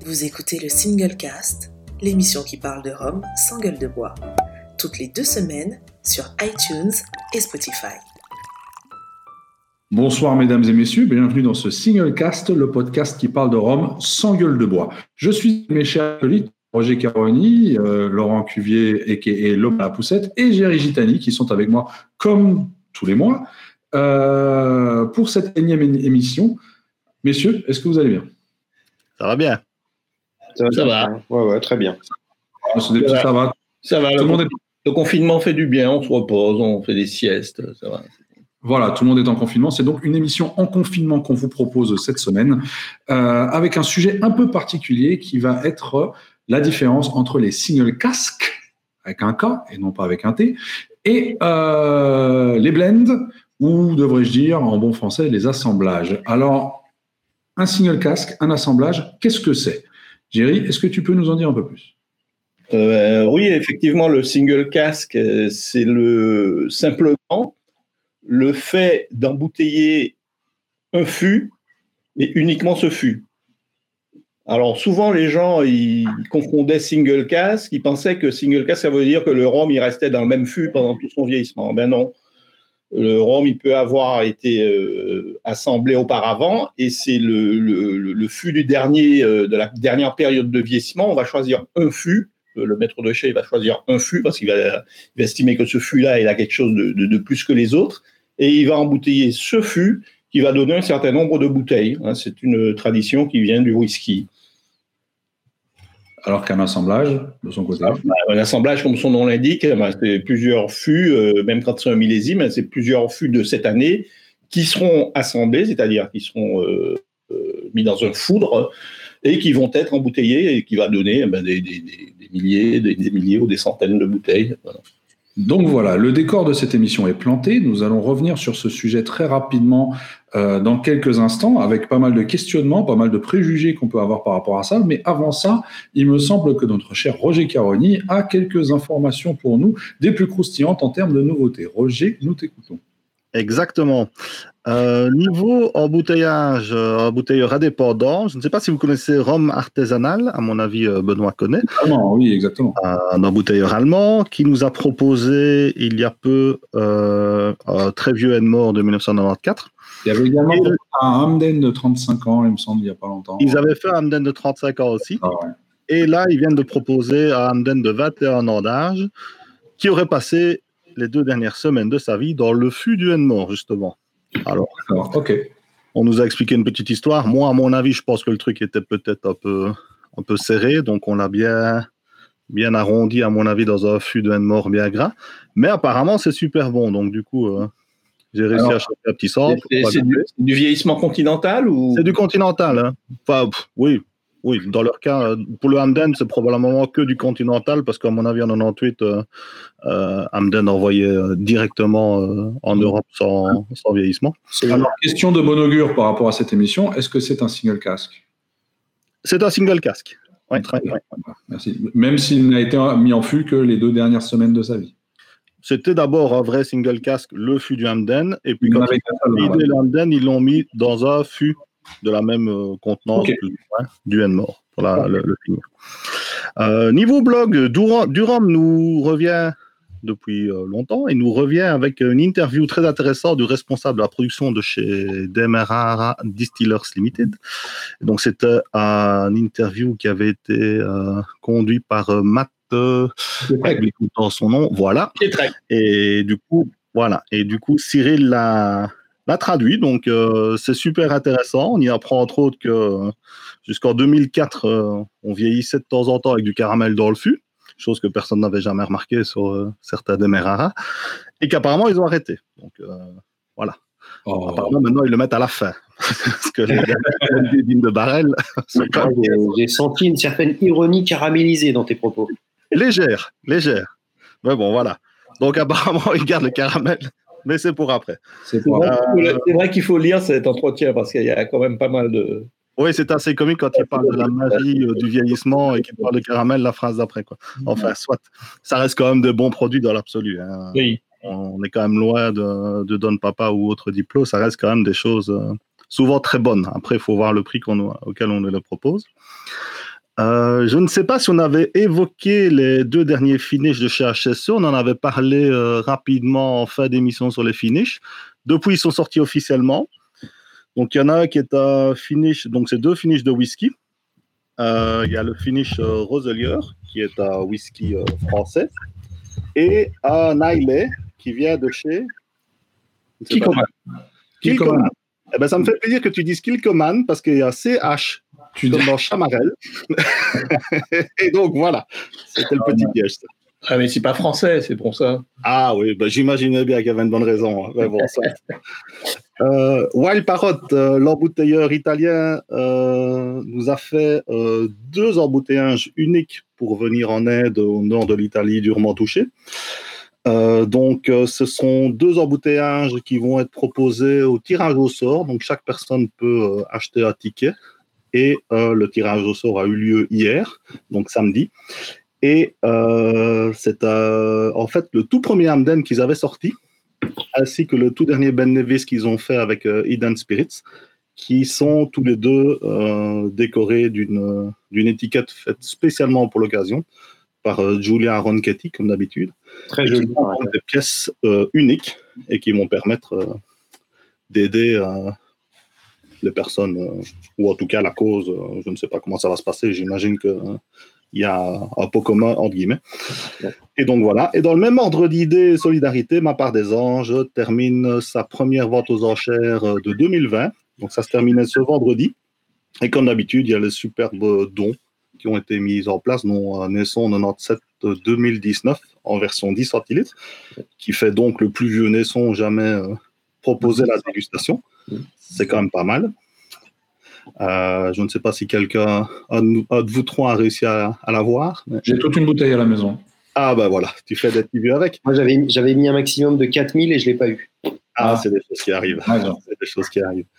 Vous écoutez le Single Cast, l'émission qui parle de rhum sans gueule de bois, toutes les 2 semaines sur iTunes et Spotify. Bonsoir mesdames et messieurs, bienvenue dans ce Single Cast, le podcast qui parle de rhum sans gueule de bois. Je suis mes chers acolytes, Roger Caroni, Laurent Cuvier et Loba la Poussette et Géry Gitani qui sont avec moi comme tous les mois pour cette énième émission. Messieurs, est-ce que vous allez bien? Ça va bien. Ça va. Ouais, très bien. Ça va. Ça va. Le confinement fait du bien, on se repose, on fait des siestes, ça va. Voilà, tout le monde est en confinement. C'est donc une émission en confinement qu'on vous propose cette semaine avec un sujet un peu particulier qui va être la différence entre les single casques, avec un K et non pas avec un T, et les blends, ou devrais-je dire en bon français, les assemblages. Alors, un single casque, un assemblage, qu'est-ce que c'est? Géry, est-ce que tu peux nous en dire un peu plus? Oui, effectivement, le single casque, c'est simplement le fait d'embouteiller un fût, et uniquement ce fût. Alors, souvent, les gens, ils confondaient single cask, ils pensaient que single cask, ça veut dire que le rhum, il restait dans le même fût pendant tout son vieillissement. Ben non. Le rhum, il peut avoir été assemblé auparavant, et c'est le fût de la dernière période de vieillissement. On va choisir un fût. Le maître de chai va choisir un fût parce qu'il va estimer que ce fût-là, il a quelque chose de plus que les autres, et il va embouteiller ce fût qui va donner un certain nombre de bouteilles. C'est une tradition qui vient du whisky. Alors qu'un assemblage, de son côté. Un assemblage, comme son nom l'indique, c'est plusieurs fûts, même quand c'est un millésime, c'est plusieurs fûts de cette année qui seront assemblés, c'est-à-dire qui seront mis dans un foudre et qui vont être embouteillés et qui va donner des milliers ou des centaines de bouteilles. Voilà. Donc voilà, le décor de cette émission est planté. Nous allons revenir sur ce sujet très rapidement dans quelques instants, avec pas mal de questionnements, pas mal de préjugés qu'on peut avoir par rapport à ça. Mais avant ça, il me semble que notre cher Roger Caroni a quelques informations pour nous, des plus croustillantes en termes de nouveautés. Roger, nous t'écoutons. Exactement. Niveau embouteillage, embouteilleur indépendant, je ne sais pas si vous connaissez Rhum Artisanal, à mon avis Benoît connaît. Oui, exactement. Un embouteilleur allemand qui nous a proposé il y a peu un très vieux Enmore de 1994. Il y avait également un Hamden de 35 ans, il me semble, il n'y a pas longtemps. Ils avaient fait un Hamden de 35 ans aussi. Ah ouais. Et là, ils viennent de proposer un Hamden de 21 ans d'âge qui aurait passé les 2 dernières semaines de sa vie dans le fût du Enmore, justement. Alors, okay. On nous a expliqué une petite histoire. Moi, à mon avis, je pense que le truc était peut-être un peu serré, donc on l'a bien arrondi, à mon avis, dans un fût de Enmore bien gras. Mais apparemment, c'est super bon. Donc, du coup, j'ai réussi à choper un petit sample. C'est du vieillissement continental ou... C'est du continental. Hein. Enfin, oui, dans leur cas, pour le Hamden, c'est probablement que du continental, parce qu'à mon avis, en 98, Hamden envoyait directement en Europe sans vieillissement. Alors, question de bon augure par rapport à cette émission, est-ce que c'est un single casque? C'est un single casque. Ouais. Merci. Même s'il n'a été mis en fût que les 2 dernières semaines de sa vie. C'était d'abord un vrai single casque, le fût du Hamden, et puis quand ils ont mis le Hamden, ils l'ont mis dans un fût de la même contenance du Enmore pour le finir. Niveau blog, Durham nous revient depuis longtemps et nous revient avec une interview très intéressante du responsable de la production de chez Demerara Distillers Limited. Donc c'était une interview qui avait été conduite par Matt dans son nom, voilà. Et du coup, Cyril l'a traduit, donc c'est super intéressant. On y apprend entre autres que jusqu'en 2004, on vieillissait de temps en temps avec du caramel dans le fût, chose que personne n'avait jamais remarqué sur certains Demerara, et qu'apparemment ils ont arrêté. Donc voilà. Apparemment maintenant ils le mettent à la fin, parce que les vignes de barrel. J'ai senti une certaine ironie caramélisée dans tes propos. Légère. Mais bon, voilà. Donc apparemment ils gardent le caramel. Mais c'est pour après. C'est vrai qu'il faut lire cet entretien parce qu'il y a quand même pas mal de... Oui, c'est assez comique quand il parle de la magie du vieillissement et qu'il parle de caramel la phrase d'après, quoi. Enfin, soit. Ça reste quand même de bons produits dans l'absolu. Hein. Oui. On est quand même loin de Don Papa ou autre Diplo. Ça reste quand même des choses souvent très bonnes. Après, il faut voir le prix auquel on nous le propose. Je ne sais pas si on avait évoqué les 2 derniers finishes de chez HSE. On en avait parlé rapidement en fin d'émission sur les finishes. Depuis, ils sont sortis officiellement. Donc, il y en a un qui est un finish. Donc, c'est 2 finishes de whisky. Il y a le finish Roselier, qui est un whisky français. Et un Islay qui vient de chez... Kilchoman. Eh ben, ça me fait plaisir que tu dises Kilchoman parce qu'il y a CH comme dans Chamarel. Et donc, voilà. C'était le petit piège. Ah, mais c'est pas français, c'est pour ça. Ah oui, ben, j'imaginais bien qu'il y avait une bonne raison. Mais bon, ça... Wild Parrot, l'embouteilleur italien, nous a fait 2 embouteillages uniques pour venir en aide au nord de l'Italie durement touché. Donc, ce sont 2 embouteillages qui vont être proposés au tirage au sort. Donc, chaque personne peut acheter un ticket. Et le tirage au sort a eu lieu hier, donc samedi. Et c'est en fait le tout premier Hamden qu'ils avaient sorti, ainsi que le tout dernier Ben Nevis qu'ils ont fait avec Hidden Spirits, qui sont tous les 2 décorés d'une étiquette faite spécialement pour l'occasion par Giulia Ronchetti, comme d'habitude. Très joli. Des pièces uniques et qui vont permettre d'aider les personnes, ou en tout cas la cause. Je ne sais pas comment ça va se passer. J'imagine qu'il y a un pot commun, entre guillemets. Et donc voilà. Et dans le même ordre d'idée, Solidarité, Ma Part des Anges termine sa première vente aux enchères de 2020. Donc ça se terminait ce vendredi. Et comme d'habitude, il y a les superbes dons qui ont été mis en place, dont Naisson 97 2019 en version 10 centilitres, qui fait donc le plus vieux Naisson jamais proposé à la dégustation. C'est quand même pas mal. Je ne sais pas si quelqu'un, un de vous 3, a réussi à l'avoir. Mais... J'ai toute une bouteille à la maison. Ah ben voilà, tu fais des petits vieux avec. Moi, j'avais mis un maximum de 4000 et je ne l'ai pas eu. Ah, c'est des choses qui arrivent. C'est des choses qui arrivent.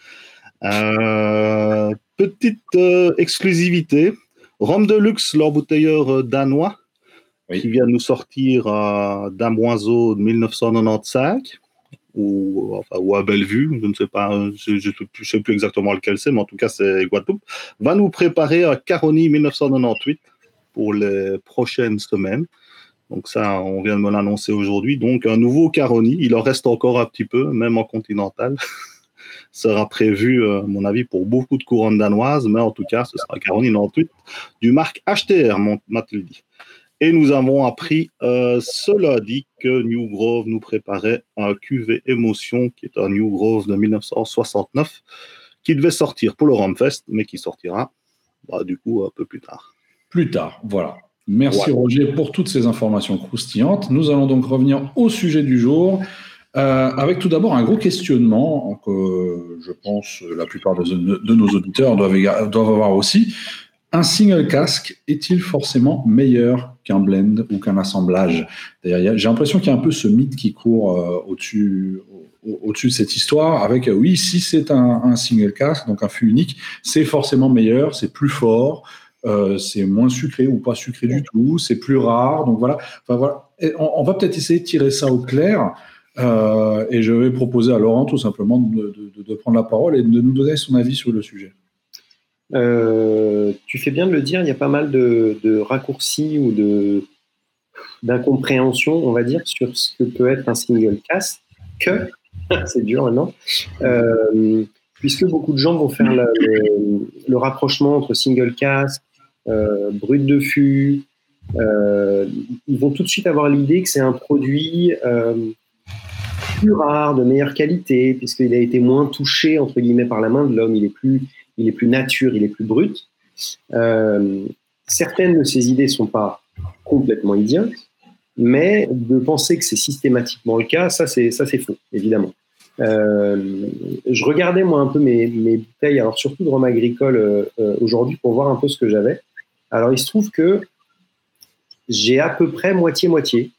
Petite exclusivité. Rhum de Luxe, l'embouteilleur danois, qui vient nous sortir d'Amoiseau de 1995. Ou à Bellevue, je ne sais pas, je ne sais plus exactement lequel c'est, mais en tout cas c'est Guadeloupe, va nous préparer un Caroni 1998 pour les prochaines semaines. Donc ça, on vient de me l'annoncer aujourd'hui. Donc un nouveau Caroni, il en reste encore un petit peu, même en continental. Sera prévu, à mon avis, pour beaucoup de couronnes danoises, mais en tout cas, ce sera un Caroni 98 du marque HTR, m'a-t-il dit. Et nous avons appris ce lundi que New Grove nous préparait un cuvée Émotion, qui est un New Grove de 1969, qui devait sortir pour le Rumfest, mais qui sortira du coup un peu plus tard. Plus tard, voilà. Merci Roger pour toutes ces informations croustillantes. Nous allons donc revenir au sujet du jour, avec tout d'abord un gros questionnement que je pense la plupart de nos auditeurs doivent avoir aussi. Un single casque est-il forcément meilleur qu'un blend ou qu'un assemblage ? D'ailleurs, j'ai l'impression qu'il y a un peu ce mythe qui court au-dessus de cette histoire avec oui, si c'est un single casque, donc un fût unique, c'est forcément meilleur, c'est plus fort, c'est moins sucré ou pas sucré du tout, c'est plus rare. Donc voilà. Enfin, voilà. On va peut-être essayer de tirer ça au clair. Et je vais proposer à Laurent tout simplement de prendre la parole et de nous donner son avis sur le sujet. Tu fais bien de le dire, il y a pas mal de raccourcis ou d'incompréhension, on va dire, sur ce que peut être un single casque. C'est dur maintenant. Puisque beaucoup de gens vont faire le rapprochement entre single casque, brut de fût. Ils vont tout de suite avoir l'idée que c'est un produit plus rare, de meilleure qualité, puisqu'il a été moins touché, entre guillemets, par la main de l'homme. Il est plus nature, il est plus brut. Certaines de ces idées ne sont pas complètement idiotes, mais de penser que c'est systématiquement le cas, ça c'est faux, évidemment. Je regardais moi un peu mes bouteilles, alors surtout de rhum agricole aujourd'hui, pour voir un peu ce que j'avais. Alors il se trouve que j'ai à peu près moitié-moitié.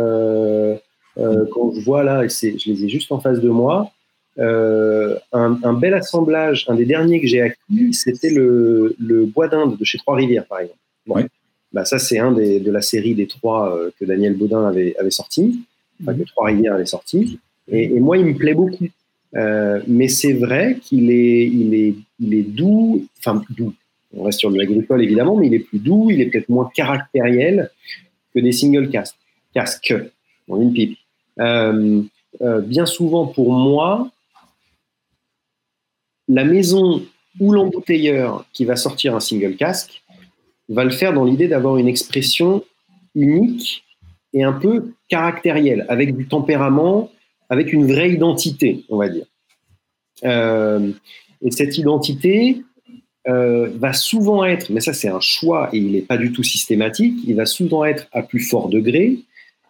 Quand je vois là, je les ai juste en face de moi, un bel assemblage, un des derniers que j'ai acquis, c'était le Bois d'Inde de chez Trois-Rivières, par exemple. Bon. Oui. Bah, ça, c'est un de la série des 3 que Daniel Baudin avait sorti, enfin, que Trois-Rivières avait sorti. Et moi, il me plaît beaucoup. Mais c'est vrai qu'il est doux, enfin doux. On reste sur de l'agricole évidemment, mais il est plus doux, il est peut-être moins caractériel que des single casques dans une pipe. Bien souvent pour moi, la maison ou l'embouteilleur qui va sortir un single casque va le faire dans l'idée d'avoir une expression unique et un peu caractérielle, avec du tempérament, avec une vraie identité, on va dire. Et cette identité va souvent être, mais ça c'est un choix et il n'est pas du tout systématique, il va souvent être à plus fort degré,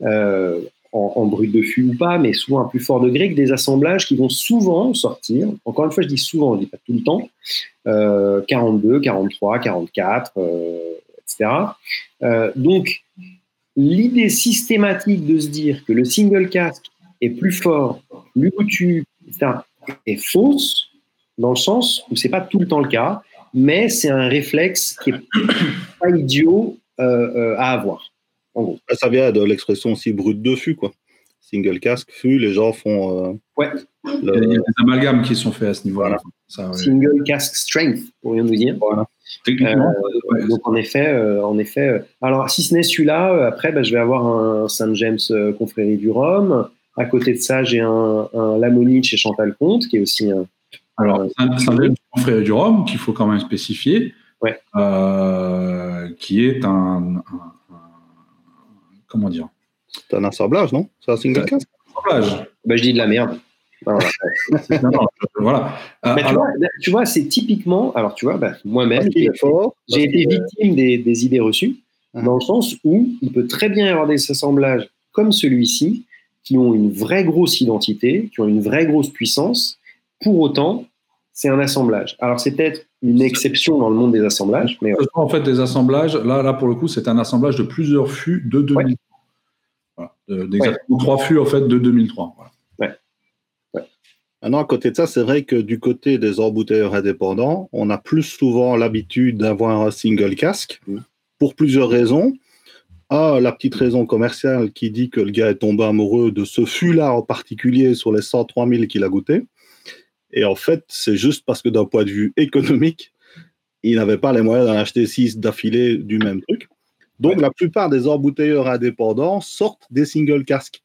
en brut de fût ou pas, mais souvent à plus fort degré que des assemblages qui vont souvent sortir, encore une fois je dis souvent, je ne dis pas tout le temps, 42, 43, 44, etc. Donc l'idée systématique de se dire que le single casque est plus fort, plus goûtu, etc., est fausse, dans le sens où c'est pas tout le temps le cas, mais c'est un réflexe qui est pas idiot à avoir. En gros. Ça vient de l'expression aussi brut de fût, quoi. Single casque, fût, les gens font. Ouais. Il y a des amalgames qui sont faits à ce niveau-là. Voilà. Ça, ouais. Single casque strength, pourrions-nous dire. Voilà. Donc en effet, alors si ce n'est celui-là, après je vais avoir un Saint James Confrérie du Rhum. À côté de ça, j'ai un Lamoni chez Chantal Comte, qui est aussi un. Alors, Saint James Confrérie du Rhum, qu'il faut quand même spécifier, ouais. Qui est un comment dire? C'est un assemblage, non? C'est un single casque? Assemblage. Je dis de la merde. Voilà. Voilà. Tu vois, c'est typiquement. Alors, tu vois, moi-même, j'ai été victime des idées reçues, dans le sens où il peut très bien y avoir des assemblages comme celui-ci, qui ont une vraie grosse identité, qui ont une vraie grosse puissance. Pour autant, c'est un assemblage. Alors, c'est peut-être une exception dans le monde des assemblages. Mais en fait, des assemblages, là, pour le coup, c'est un assemblage de plusieurs fûts de 2003. Voilà. D'exactement 3 fûts, en fait, de 2003. Voilà. Maintenant, à côté de ça, c'est vrai que du côté des embouteilleurs indépendants, on a plus souvent l'habitude d'avoir un single casque pour plusieurs raisons. La petite raison commerciale qui dit que le gars est tombé amoureux de ce fût-là en particulier sur les 103 000 qu'il a goûté. Et en fait, c'est juste parce que d'un point de vue économique, il n'avait pas les moyens d'en acheter 6 d'affilée du même truc. Donc, la plupart des embouteilleurs indépendants sortent des single casques.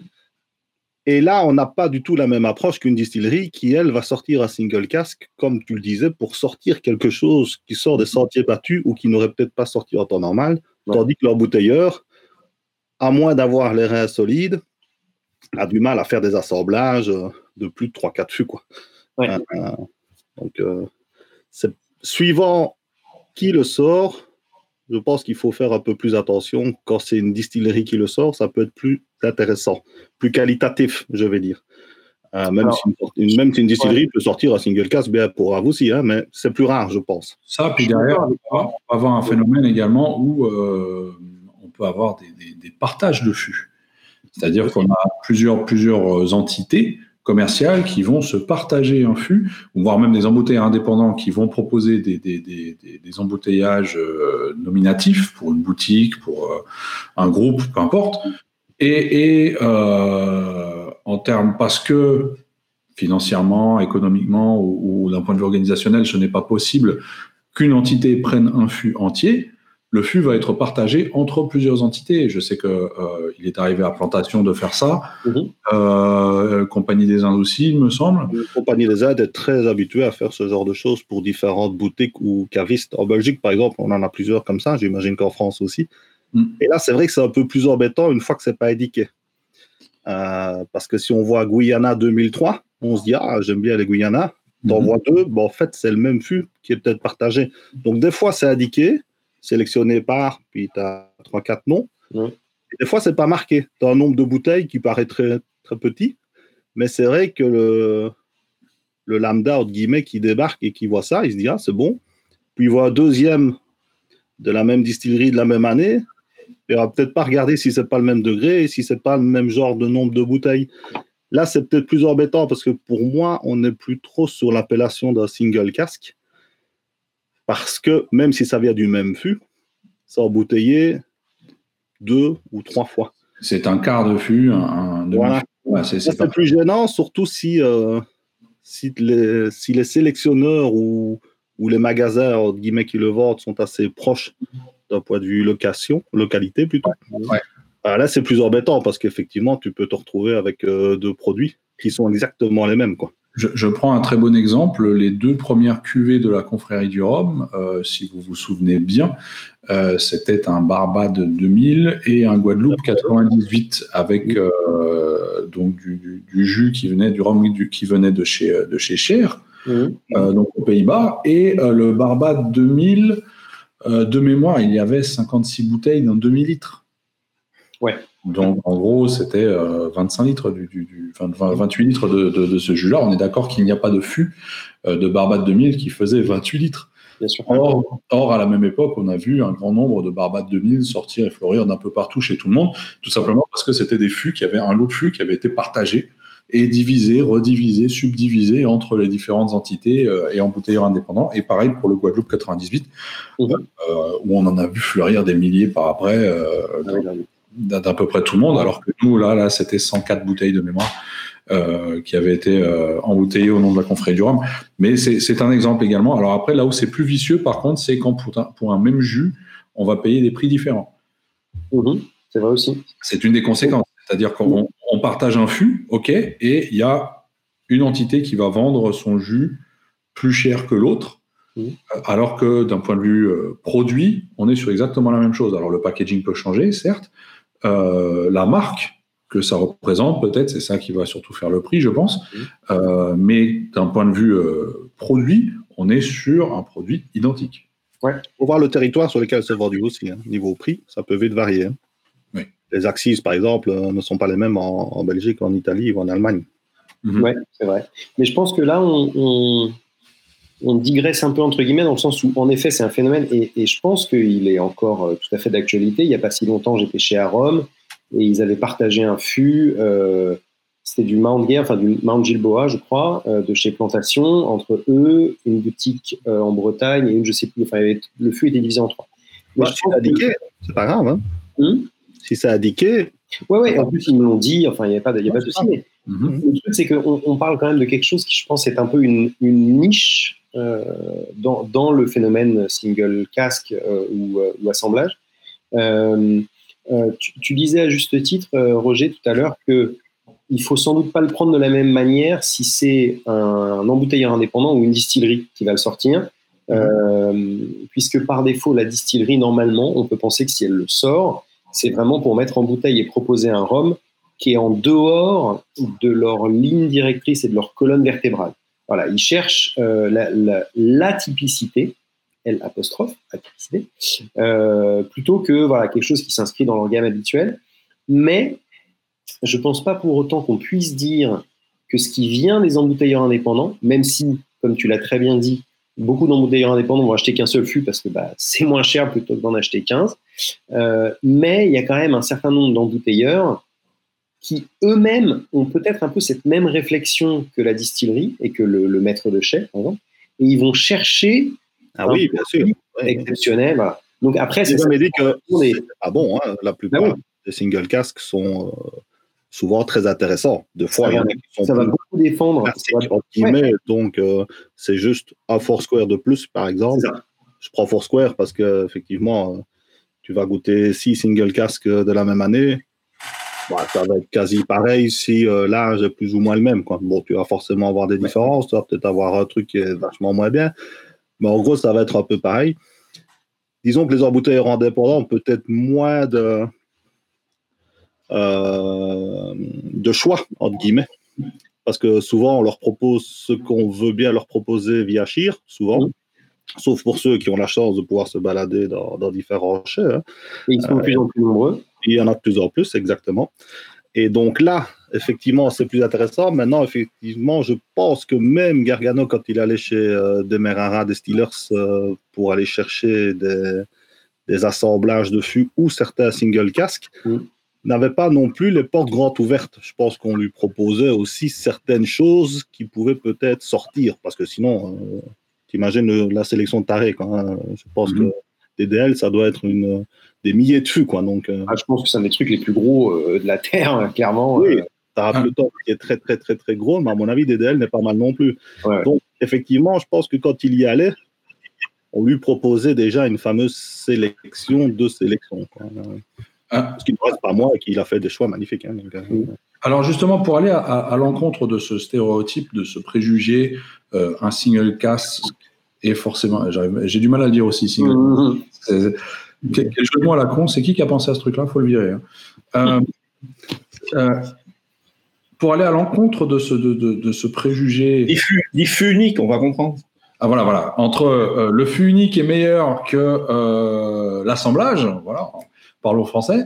Et là, on n'a pas du tout la même approche qu'une distillerie qui, elle, va sortir un single casque, comme tu le disais, pour sortir quelque chose qui sort des sentiers battus ou qui n'aurait peut-être pas sorti en temps normal. Tandis que l'embouteilleur, à moins d'avoir les reins solides, a du mal à faire des assemblages de plus de 3-4 fûts, quoi. Donc, c'est suivant qui le sort, je pense qu'il faut faire un peu plus attention. Quand c'est une distillerie qui le sort, ça peut être plus intéressant, plus qualitatif, je vais dire. Même si une distillerie peut sortir un single casque, bien pour vous aussi, mais c'est plus rare, je pense. Ça, puis derrière, on va avoir un phénomène également où on peut avoir des partages de fûts. C'est-à-dire qu'on a plusieurs entités commerciales qui vont se partager un fût, voire même des embouteilleurs indépendants qui vont proposer des embouteillages nominatifs pour une boutique, pour un groupe, peu importe. Et en termes, parce que financièrement, économiquement ou d'un point de vue organisationnel, ce n'est pas possible qu'une entité prenne un fût entier, le fût va être partagé entre plusieurs entités. Je sais qu'il est arrivé à Plantation de faire ça. Compagnie des Indes aussi, il me semble. La Compagnie des Indes est très habituée à faire ce genre de choses pour différentes boutiques ou cavistes. En Belgique, par exemple, on en a plusieurs comme ça. J'imagine qu'en France aussi. Et là, c'est vrai que c'est un peu plus embêtant une fois que ce n'est pas indiqué. Parce que si on voit Guyana 2003, on se dit « Ah, j'aime bien les Guyana ». T'en vois 2, en fait, c'est le même fût qui est peut-être partagé. Donc, des fois, c'est indiqué, sélectionné par, puis tu as 3-4 noms. Et des fois, c'est pas marqué. Tu as un nombre de bouteilles qui paraît très, très petit, mais c'est vrai que le lambda, entre guillemets, qui débarque et qui voit ça, il se dit « Ah, c'est bon ». Puis il voit un deuxième de la même distillerie de la même année, il va peut-être pas regarder si c'est pas le même degré et si c'est pas le même genre de nombre de bouteilles. Là, c'est peut-être plus embêtant parce que pour moi, on n'est plus trop sur l'appellation d'un single casque parce que même si ça vient du même fût, c'est embouteillé 2 ou 3 fois. C'est un quart de fût, voilà. Ouais, c'est plus gênant, surtout si les sélectionneurs ou où les magasins, entre guillemets, qui le vendent sont assez proches d'un point de vue localité plutôt. Ouais. Là, c'est plus embêtant parce qu'effectivement, tu peux te retrouver avec 2 produits qui sont exactement les mêmes, quoi. Je prends un très bon exemple. Les 2 premières cuvées de la confrérie du rhum, si vous vous souvenez bien, c'était un Barbade 2000 et un Guadeloupe 98 avec donc du jus qui venait du rhum qui venait de chez Cher, donc aux Pays-Bas, et le Barbade 2000 de mémoire, il y avait 56 bouteilles d'un demi-litre. Ouais. Donc, en gros, c'était 25 litres, 28 litres de ce jus-là. On est d'accord qu'il n'y a pas de fût de Barbade 2000 qui faisait 28 litres. Bien sûr. Or, à la même époque, on a vu un grand nombre de Barbade 2000 sortir et fleurir d'un peu partout chez tout le monde, tout simplement parce que c'était des fûts qui avaient un lot de fûts qui avait été partagé et divisé, redivisé, subdivisé entre les différentes entités et embouteilleurs indépendants. Et pareil pour le Guadeloupe 98, où on en a vu fleurir des milliers par après. D'à peu près tout le monde, alors que nous, là c'était 104 bouteilles de mémoire qui avaient été embouteillées au nom de la confrérie du rhum. Mais c'est un exemple également. Alors après, là où c'est plus vicieux, par contre, c'est quand pour un même jus, on va payer des prix différents. C'est vrai aussi. C'est une des conséquences. C'est-à-dire qu'on partage un fût, ok, et il y a une entité qui va vendre son jus plus cher que l'autre, alors que d'un point de vue produit, on est sur exactement la même chose. Alors le packaging peut changer, certes. La marque que ça représente, peut-être, c'est ça qui va surtout faire le prix, je pense. Mais d'un point de vue produit, on est sur un produit identique. Ouais. Faut voir le territoire sur lequel c'est vendu aussi. Niveau prix, ça peut vite varier. Oui. Les axes, par exemple, ne sont pas les mêmes en Belgique, en Italie ou en Allemagne. Oui, c'est vrai. Mais je pense que là, on digresse un peu, entre guillemets, dans le sens où, en effet, c'est un phénomène, et je pense qu'il est encore tout à fait d'actualité. Il n'y a pas si longtemps, j'étais chez Arom, et ils avaient partagé un fût, c'était du Mount Gilboa, je crois, de chez Plantation, entre eux, une boutique en Bretagne, et une, je ne sais plus, enfin, le fût était divisé en 3. Mais si c'est indiqué, c'est pas grave. Si c'est indiqué... Ouais, en plus, ils me l'ont dit, enfin, il n'y a pas de souci, mais le truc, c'est qu'on parle quand même de quelque chose qui, je pense, est un peu une niche dans le phénomène single cask ou assemblage. Tu disais à juste titre, Roger, tout à l'heure, qu'il ne faut sans doute pas le prendre de la même manière si c'est un embouteilleur indépendant ou une distillerie qui va le sortir, puisque par défaut, la distillerie, normalement, on peut penser que si elle le sort, c'est vraiment pour mettre en bouteille et proposer un rhum qui est en dehors de leur ligne directrice et de leur colonne vertébrale. Voilà, ils cherchent l'atypicité, atypicité, plutôt que quelque chose qui s'inscrit dans leur gamme habituelle. Mais je ne pense pas pour autant qu'on puisse dire que ce qui vient des embouteilleurs indépendants, même si, comme tu l'as très bien dit, beaucoup d'embouteilleurs indépendants vont acheter qu'un seul fût parce que c'est moins cher plutôt que d'en acheter 15. Mais il y a quand même un certain nombre d'embouteilleurs qui eux-mêmes ont peut-être un peu cette même réflexion que la distillerie et que le maître de chai, par exemple, et ils vont chercher un bien sûr, exceptionnel. Voilà. Donc après, c'est jamais dit que c'est pas bon. La plupart des single casks sont souvent très intéressants. De fois, ça va beaucoup défendre. Donc, c'est juste un Foursquare de plus, par exemple. Je prends Foursquare parce qu'effectivement, tu vas goûter 6 single casks de la même année. Ça va être quasi pareil si l'âge est plus ou moins le même. Bon, tu vas forcément avoir des différences. Tu vas peut-être avoir un truc qui est vachement moins bien. Mais en gros, ça va être un peu pareil. Disons que les embouteilleurs indépendants ont peut-être moins de choix, entre guillemets. Parce que souvent, on leur propose ce qu'on veut bien leur proposer via Chir, souvent. Sauf pour ceux qui ont la chance de pouvoir se balader dans différents chais. Et ils sont de plus en plus nombreux. Il y en a de plus en plus, exactement. Et donc là, effectivement, c'est plus intéressant. Maintenant, effectivement, je pense que même Gargano, quand il allait chez Demerara Distillers pour aller chercher des assemblages de fûts ou certains single casks, n'avait pas non plus les portes grandes ouvertes. Je pense qu'on lui proposait aussi certaines choses qui pouvaient peut-être sortir, parce que sinon, t'imagines la sélection de tarés. Je pense que DDL, ça doit être des milliers de fûts. Donc, je pense que c'est un des trucs les plus gros de la Terre, clairement. Oui, t'as Appleton qui est très, très, très, très gros, mais à mon avis, DDL n'est pas mal non plus. Ouais. Donc, effectivement, je pense que quand il y allait, on lui proposait déjà une fameuse sélection de sélection. Ce qui ne reste pas moi et qu'il a fait des choix magnifiques. Hein, donc, Alors justement, pour aller à l'encontre de ce stéréotype, de ce préjugé, un single casque est forcément... J'ai du mal à le dire aussi, single. Quel jeu de mots à la con, c'est qui a pensé à ce truc-là? Il faut le virer. Hein. Pour aller à l'encontre de ce préjugé... Des fûts uniques, on va comprendre. Ah, voilà. Entre le fût unique est meilleur que l'assemblage, voilà, parlons français.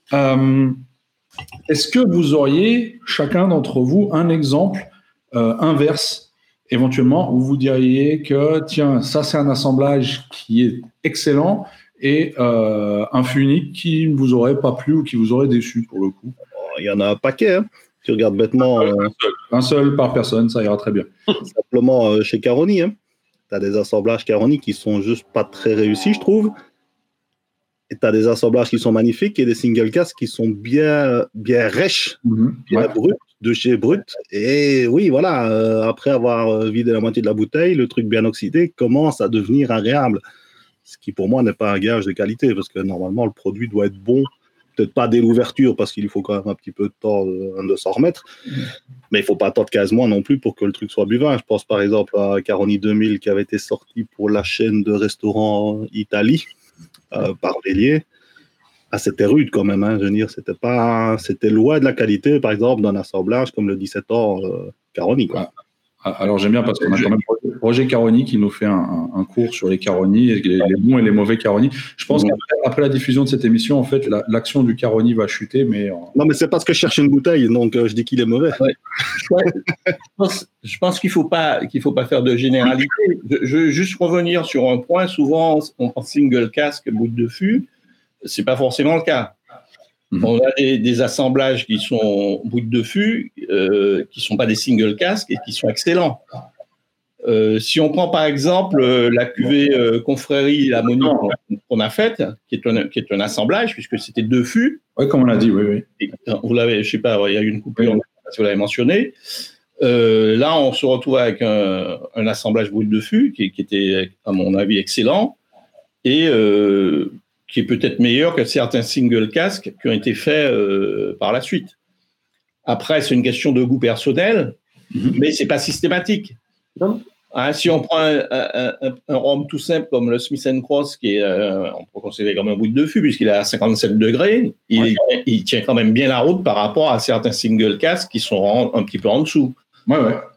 Est-ce que vous auriez, chacun d'entre vous, un exemple inverse, éventuellement, où vous diriez que, tiens, ça c'est un assemblage qui est excellent et un fût unique qui ne vous aurait pas plu ou qui vous aurait déçu, pour le coup? Il y en a un paquet, hein. Tu regardes bêtement... Un seul par personne, ça ira très bien. Simplement chez Caroni, hein. Tu as des assemblages Caroni qui sont juste pas très réussis, je trouve. Et tu as des assemblages qui sont magnifiques et des single casques qui sont bien rêches, bien bruts, de chez Brut. Et oui, voilà, après avoir vidé la moitié de la bouteille, le truc bien oxydé commence à devenir agréable. Ce qui, pour moi, n'est pas un gage de qualité, parce que normalement, le produit doit être bon. Peut-être pas dès l'ouverture, parce qu'il faut quand même un petit peu de temps de s'en remettre. Mais il ne faut pas attendre 15 mois non plus pour que le truc soit buvin. Je pense par exemple à Caroni 2000 qui avait été sorti pour la chaîne de restaurants Italie par Bélier. Ah, c'était rude quand même. Hein. Je veux dire, c'était loin de la qualité, par exemple, d'un assemblage comme le 17 ans Caroni. Quoi. Alors j'aime bien parce qu'on a quand même Roger Caroni qui nous fait un cours sur les Caroni, les bons et les mauvais Caroni. Je pense qu'après la diffusion de cette émission, en fait, l'action du Caroni va chuter. Mais non, mais c'est parce que je cherche une bouteille, donc je dis qu'il est mauvais. Ouais. Je pense qu'il faut pas faire de généralité. Je veux juste revenir sur un point. Souvent, on pense single casque, bout de fût. C'est pas forcément le cas. On a des assemblages qui sont bout de fût, qui sont pas des single casques et qui sont excellents. Si on prend par exemple la cuvée Confrérie, la Monique qu'on a faite, qui est un assemblage puisque c'était 2 fûts. Oui, comme on l'a dit, oui. Et vous l'avez, je sais pas, il y a eu une coupure, si vous l'avez mentionné. Là, on se retrouve avec un assemblage bout de fût qui était, à mon avis, excellent et qui est peut-être meilleur que certains single casques qui ont été faits par la suite. Après, c'est une question de goût personnel, mais c'est pas systématique. Non. Hein, si on prend un rhum tout simple comme le Smith & Cross, qui est, on peut considérer comme un bout de fût puisqu'il est à 57 degrés, il tient quand même bien la route par rapport à certains single casques qui sont un petit peu en dessous. Ouais.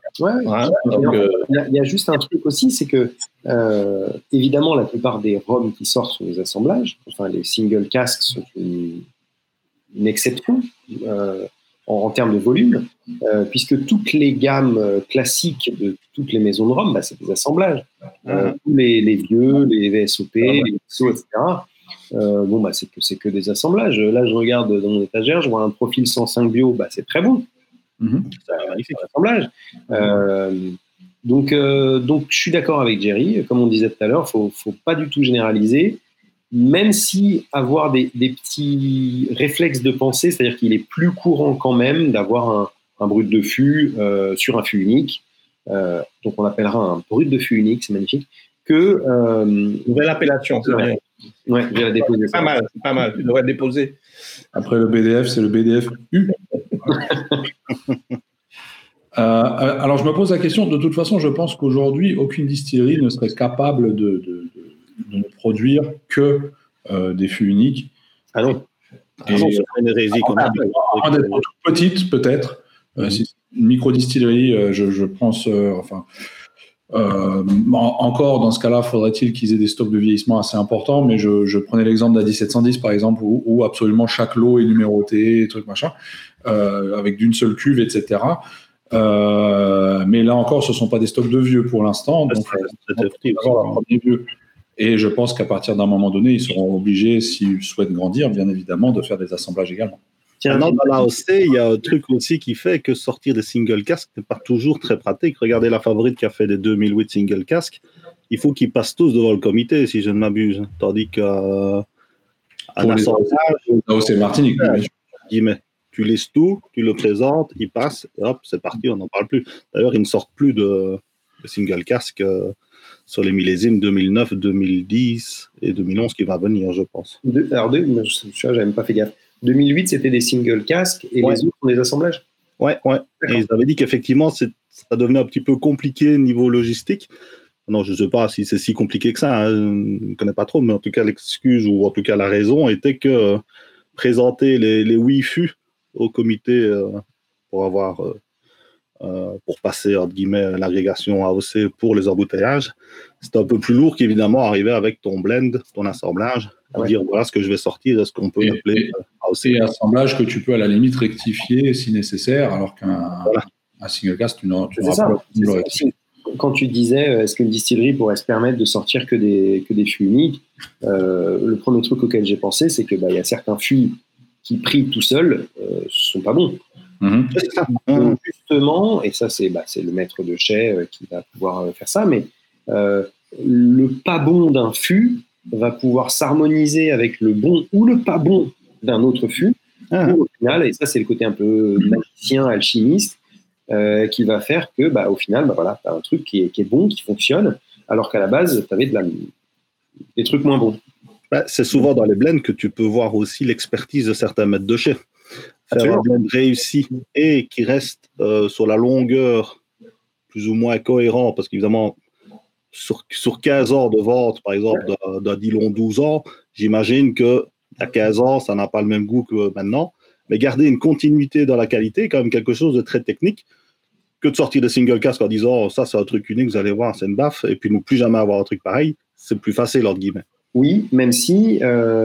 Il y a juste un truc aussi, c'est que évidemment la plupart des rhums qui sortent sont des assemblages. Enfin, les single casques sont une exception en termes de volume, puisque toutes les gammes classiques de toutes les maisons de rhum, c'est des assemblages. Tous les vieux, les VSOP, les XO, etc. C'est que des assemblages. Là, je regarde dans mon étagère, je vois un profil 105 bio, c'est très bon. C'est magnifique assemblage. Donc, je suis d'accord avec Jerry. Comme on disait tout à l'heure, faut pas du tout généraliser, même si avoir des petits réflexes de pensée, c'est-à-dire qu'il est plus courant quand même d'avoir un brut de fût sur un fût unique. Donc, on appellera un brut de fût unique, c'est magnifique. Nouvelle appellation, c'est vrai. Ouais, je vais la déposer. C'est pas mal. Tu devrais déposer. Après le BDF, c'est le BDF U. Alors, je me pose la question. De toute façon, je pense qu'aujourd'hui, aucune distillerie ne serait capable de ne produire que des fûts uniques. Ah non. C'est une hérésie quand même. D'être toute petite, peut-être. Si c'est une micro-distillerie, je pense... encore, dans ce cas-là, faudrait-il qu'ils aient des stocks de vieillissement assez importants, mais je prenais l'exemple d'A 1710, par exemple, où absolument chaque lot est numéroté, truc machin, avec d'une seule cuve, etc. Mais là encore, ce ne sont pas des stocks de vieux pour l'instant, donc c'est avoir un premier vieux. Et je pense qu'à partir d'un moment donné, ils seront obligés, s'ils souhaitent grandir, bien évidemment, de faire des assemblages également. Tiens, dans l'AOC, il y a un truc aussi qui fait que sortir des single casques n'est pas toujours très pratique. Regardez la Favorite qui a fait des 2008 single casques. Il faut qu'ils passent tous devant le comité, si je ne m'abuse. Tandis qu'à l'assemblage, l'AOC Martinique, tu lises tout, tu le présentes, il passe, et hop, c'est parti, on n'en parle plus. D'ailleurs, ils ne sortent plus de single casque sur les millésimes 2009, 2010 et 2011 qui va venir, je pense. Je n'avais même pas fait gaffe. 2008, c'était des single casques et les autres sont des assemblages. Ouais. Et ils avaient dit qu'effectivement, ça devenait un petit peu compliqué niveau logistique. Non, je ne sais pas si c'est si compliqué que ça, je ne connais pas trop, mais en tout cas, l'excuse ou en tout cas la raison était que présenter les Wi-Fi au comité pour passer, entre guillemets, l'agrégation AOC pour les embouteillages, c'est un peu plus lourd qu'évidemment arriver avec ton blend, ton assemblage, dire voilà ce que je vais sortir, est-ce qu'on peut l'appeler AOC. Et assemblage que tu peux à la limite rectifier si nécessaire, alors qu'un single cast, tu n'auras pas le rectifier. Quand tu disais est-ce qu'une distillerie pourrait se permettre de sortir que des fûts uniques, le premier truc auquel j'ai pensé, c'est que y a certains fûts qui pris tout seuls sont pas bons. Donc, justement, et ça c'est le maître de chai qui va pouvoir faire ça, mais le pas bon d'un fût va pouvoir s'harmoniser avec le bon ou le pas bon d'un autre fût, au final, et ça c'est le côté un peu magicien, alchimiste, qui va faire que au final tu as un truc qui est bon, qui fonctionne, alors qu'à la base tu avais des trucs moins bons. C'est souvent dans les blends que tu peux voir aussi l'expertise de certains maîtres de chai. Faire un blend réussi et qui reste sur la longueur plus ou moins cohérent, parce qu'évidemment sur 15 ans de vente, par exemple d'un Dillon 12 ans, j'imagine qu'à 15 ans ça n'a pas le même goût que maintenant, mais garder une continuité dans la qualité est quand même quelque chose de très technique, que de sortir des single casques en disant ça c'est un truc unique, vous allez voir, c'est une baffe, et puis ne plus jamais avoir un truc pareil, c'est plus facile entre guillemets. Oui, même si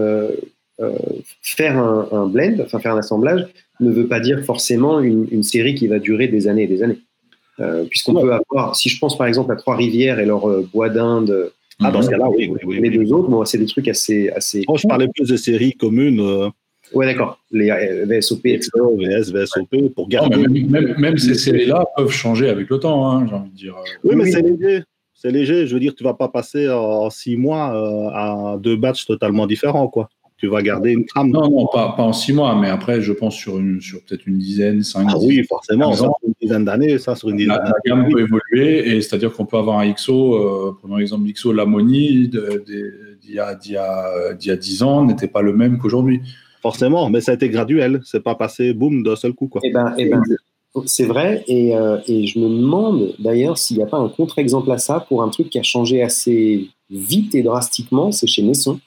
faire un blend, faire un assemblage, ne veut pas dire forcément une série qui va durer des années et des années. Puisqu'on peut avoir, si je pense par exemple à Trois-Rivières et leur bois d'Inde, dans ce cas-là, oui. Les deux autres, c'est des trucs assez je parlais plus de séries communes. Ouais, d'accord. Les VSOP, VSOP, pour garder. Même ces séries-là peuvent changer avec le temps, j'ai envie de dire. Oui, mais c'est léger. C'est léger. Je veux dire, tu ne vas pas passer en 6 mois à 2 batchs totalement différents, quoi. Tu vas garder une trame. Non, pas en 6 mois, mais après, je pense sur peut-être une dizaine, 5 Ah oui, forcément. Ça, sur une dizaine d'années, sur une dizaine d'années. La gamme peut évoluer, et c'est-à-dire qu'on peut avoir un XO, prenons l'exemple XO Lamoni, d'il y a 10 ans, n'était pas le même qu'aujourd'hui. Forcément, mais ça a été graduel. C'est pas passé, boum, d'un seul coup, quoi. C'est vrai, et je me demande d'ailleurs s'il n'y a pas un contre-exemple à ça pour un truc qui a changé assez vite et drastiquement, c'est chez Nesson,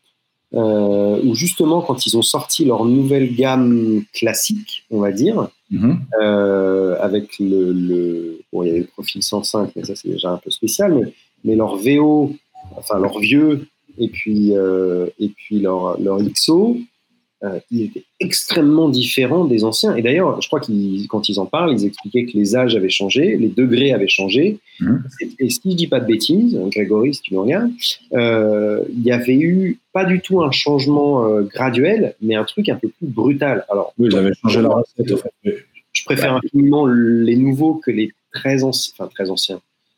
où justement quand ils ont sorti leur nouvelle gamme classique, on va dire, avec il y avait le profil 105, mais ça c'est déjà un peu spécial, mais leur VO, enfin leur vieux, et puis leur XO, il était extrêmement différent des anciens. Et d'ailleurs, je crois quand ils en parlent, ils expliquaient que les âges avaient changé, les degrés avaient changé. Et si je ne dis pas de bêtises, Grégory, si tu me regardes, il y avait eu pas du tout un changement graduel, mais un truc un peu plus brutal. Alors, oui, ils avaient changé la recette. En fait. Je préfère infiniment les nouveaux que les très anciens.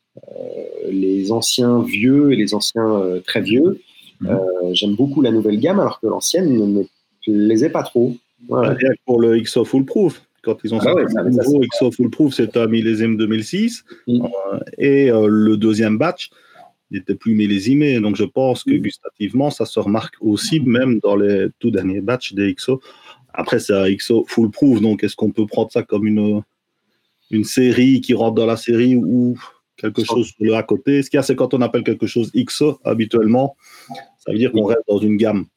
Les anciens vieux et les anciens très vieux. J'aime beaucoup la nouvelle gamme, alors que l'ancienne ne me plaisait pas trop. Voilà. Pour le XO Foolproof, quand ils ont sorti le nouveau XO Foolproof, c'était un millésime 2006, et le deuxième batch n'était plus millésimé. Donc je pense que gustativement, ça se remarque aussi, même dans les tout derniers batchs des XO. Après, c'est un XO Foolproof, donc est-ce qu'on peut prendre ça comme une série qui rentre dans la série ou quelque chose sur le à côté? Ce qu'il y a, c'est quand on appelle quelque chose XO, habituellement, ça veut dire qu'on reste dans une gamme.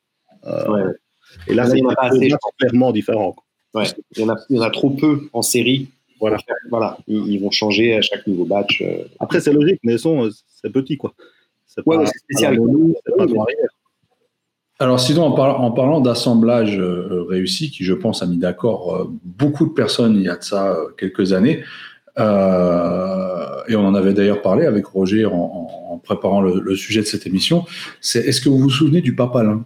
Et là, c'est clairement différent. Ouais. Il y en a trop peu en série. Voilà. Ils vont changer à chaque nouveau batch. Après, c'est logique, mais c'est petit, quoi. C'est pas spécial. C'est pas Alors, sinon, en parlant d'assemblage réussi, qui, je pense, a mis d'accord beaucoup de personnes il y a de ça quelques années, et on en avait d'ailleurs parlé avec Roger en préparant le sujet de cette émission, est-ce que vous vous souvenez du Papalin?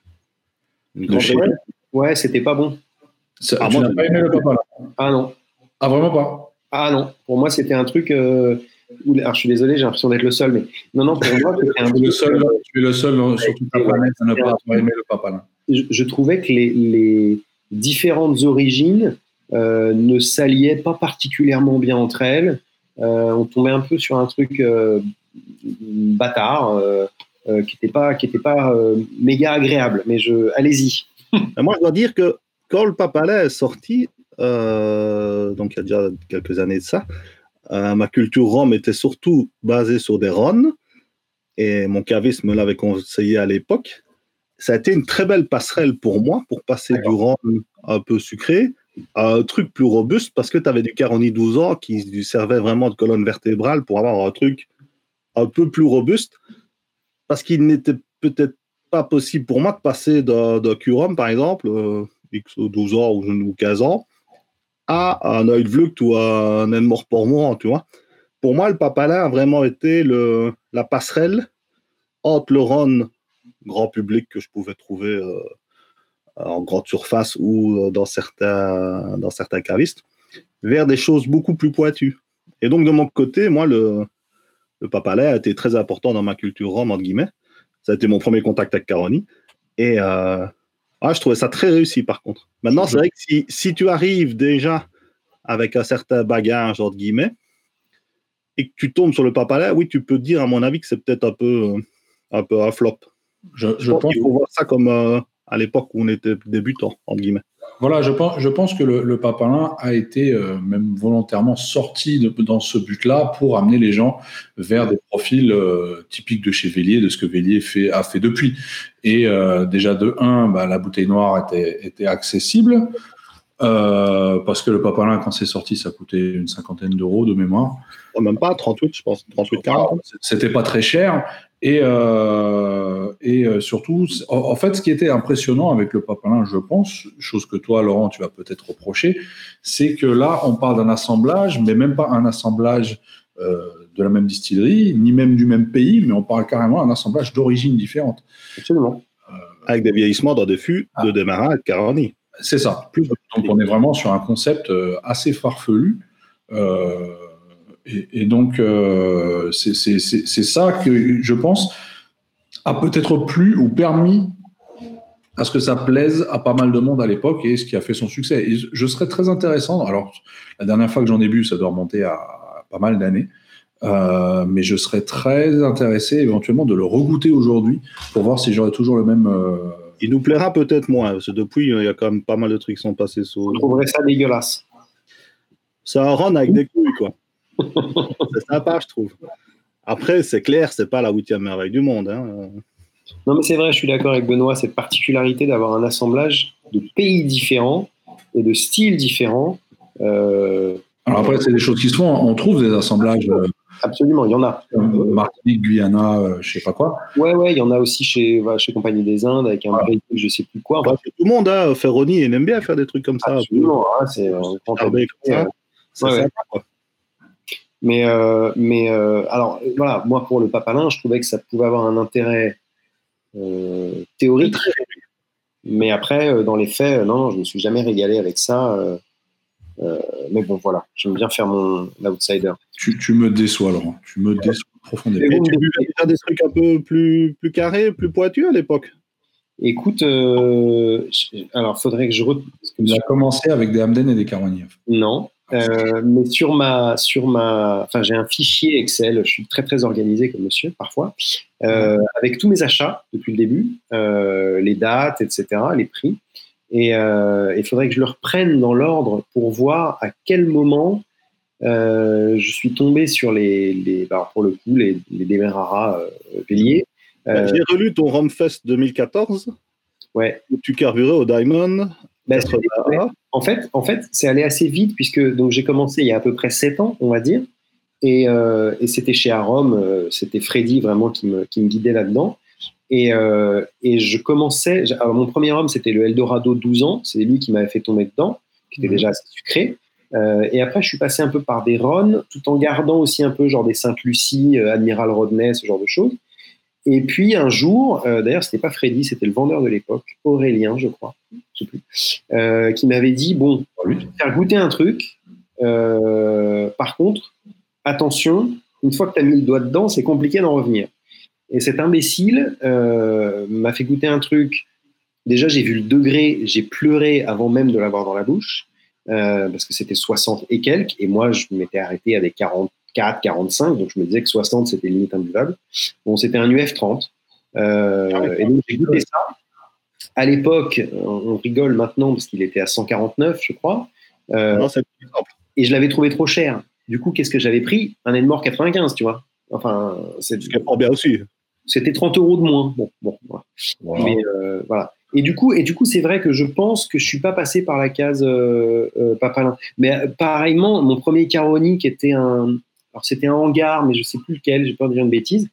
Ouais, c'était pas bon. Tu n'as pas aimé le Papalin? Ah non. Ah, vraiment pas? Ah non. Pour moi, c'était un truc... alors, je suis désolé, j'ai l'impression d'être le seul, mais... Non, pour moi, c'était un truc... Tu es le seul sur toute la planète à ne pas avoir aimé le Papalin. Je trouvais que les différentes origines ne s'alliaient pas particulièrement bien entre elles. on tombait un peu sur un truc bâtard qui n'était pas méga agréable. Mais allez-y. Moi, je dois dire que quand le Papalais est sorti, donc il y a déjà quelques années de ça, ma culture rhum était surtout basée sur des rhônes, et mon caviste me l'avait conseillé à l'époque. Ça a été une très belle passerelle pour moi, pour passer du rhum un peu sucré à un truc plus robuste, parce que tu avais du Caroni 12 ans qui servait vraiment de colonne vertébrale pour avoir un truc un peu plus robuste, parce qu'il n'était peut-être pas possible pour moi de passer d'un Q-Rhum, par exemple, X 12 ans ou 15 ans, à un Oud Vlugt ou un Enmore Portmore, tu vois. Pour moi, le Papalais a vraiment été la passerelle entre le Rhône grand public que je pouvais trouver en grande surface ou dans certains cavistes, vers des choses beaucoup plus pointues. Et donc, de mon côté, moi, le Papalais a été très important dans ma culture rhum, entre guillemets. Ça a été mon premier contact avec Caroni. Et je trouvais ça très réussi, par contre. Maintenant, c'est vrai que si tu arrives déjà avec un certain bagage, entre guillemets, et que tu tombes sur le Papalais, oui, tu peux dire, à mon avis, que c'est peut-être un peu un flop. Je pense qu'il faut voir ça comme à l'époque où on était débutant, entre guillemets. Voilà, je pense que le Papalin a été même volontairement sorti dans ce but-là pour amener les gens vers des profils typiques de chez Vellier, de ce que Vellier a fait depuis. Et déjà de 1, la bouteille noire était accessible, parce que le Papalin, quand c'est sorti, ça coûtait une 50aine d'euros de mémoire. Même pas, 38, je pense, 38-40. C'était pas très cher. Et surtout, en fait, ce qui était impressionnant avec le Papalin, je pense, chose que toi, Laurent, tu vas peut-être reprocher, c'est que là, on parle d'un assemblage, mais même pas un assemblage de la même distillerie, ni même du même pays, mais on parle carrément d'un assemblage d'origines différentes. Absolument. Avec des vieillissements dans des fûts de démarrage de Caroni. C'est ça. Donc, on est vraiment sur un concept assez farfelu. Et donc, c'est ça que je pense a peut-être plu ou permis à ce que ça plaise à pas mal de monde à l'époque et ce qui a fait son succès. Et je serais très intéressant. Alors, la dernière fois que j'en ai bu, ça doit remonter à pas mal d'années. Mais je serais très intéressé éventuellement de le regoûter aujourd'hui pour voir si j'aurais toujours le même. Il nous plaira peut-être moins, parce que depuis, il y a quand même pas mal de trucs qui sont passés sur. On trouverait ça dégueulasse. C'est un rhum avec des couilles, quoi. C'est sympa, je trouve. Après, c'est clair, c'est pas la 8e merveille du monde. Hein. Non, mais c'est vrai, je suis d'accord avec Benoît, cette particularité d'avoir un assemblage de pays différents et de styles différents. Alors après, c'est des choses qui se font. On trouve des assemblages. Absolument, il y en a. Martinique, Guyana, je sais pas quoi. Ouais, il y en a aussi chez Compagnie des Indes avec un break, je sais plus quoi. Tout le monde, hein, Ferroni, il aime bien faire des trucs comme ça. Absolument, c'est sympa, quoi. Mais alors voilà, moi pour le Papalin, je trouvais que ça pouvait avoir un intérêt théorique, mais après dans les faits, non, je me suis jamais régalé avec ça. Mais bon, voilà, j'aime bien faire mon outsider. Tu me déçois, Laurent. Tu me déçois profondément. Et tu buvais déjà des trucs un peu plus carrés, plus pointus à l'époque? Écoute, alors faudrait que je. Tu as commencé avec des Hamden et des Caroni. Non. Mais enfin, j'ai un fichier Excel, je suis très très organisé comme monsieur parfois, avec tous mes achats depuis le début, les dates, etc., les prix, et il faudrait que je le reprenne dans l'ordre pour voir à quel moment je suis tombé sur pour le coup, les Demerara Vellier. J'ai relu ton Rumfest 2014, ouais. Où tu carburais au Diamond. En fait, c'est allé assez vite puisque donc j'ai commencé il y a à peu près 7 ans, on va dire, et c'était chez Arom, c'était Freddy vraiment qui me guidait là-dedans, et je commençais. Alors mon premier rhum c'était le Eldorado 12 ans, c'est lui qui m'avait fait tomber dedans, qui était déjà assez sucré, et après je suis passé un peu par des Rhônes, tout en gardant aussi un peu genre des Sainte-Lucie, Admiral Rodney, ce genre de choses. Et puis un jour, d'ailleurs c'était pas Freddy, c'était le vendeur de l'époque, Aurélien je crois, je sais plus, qui m'avait dit bon, je vais te faire goûter un truc, par contre, attention, une fois que tu as mis le doigt dedans, c'est compliqué d'en revenir. Et cet imbécile m'a fait goûter un truc, déjà j'ai vu le degré, j'ai pleuré avant même de l'avoir dans la bouche, parce que c'était 60 et quelques, et moi je m'étais arrêté avec 44, 45, donc je me disais que 60 c'était limite imbuvable. Bon, c'était un UF30. Et donc j'ai goûté ça. À l'époque, on rigole maintenant parce qu'il était à 149, je crois. Non, c'est plus simple. Et je l'avais trouvé trop cher. Du coup, qu'est-ce que j'avais pris? Un Edmore 95, tu vois. Enfin, ce qui est fort bien aussi. C'était 30 € de moins. Bon, voilà. Wow. Mais voilà. Et du coup, c'est vrai que je pense que je suis pas passé par la case Papalin. Mais pareillement, mon premier Caroni qui était alors c'était un hangar, mais je sais plus lequel. J'ai peur de dire une bêtise.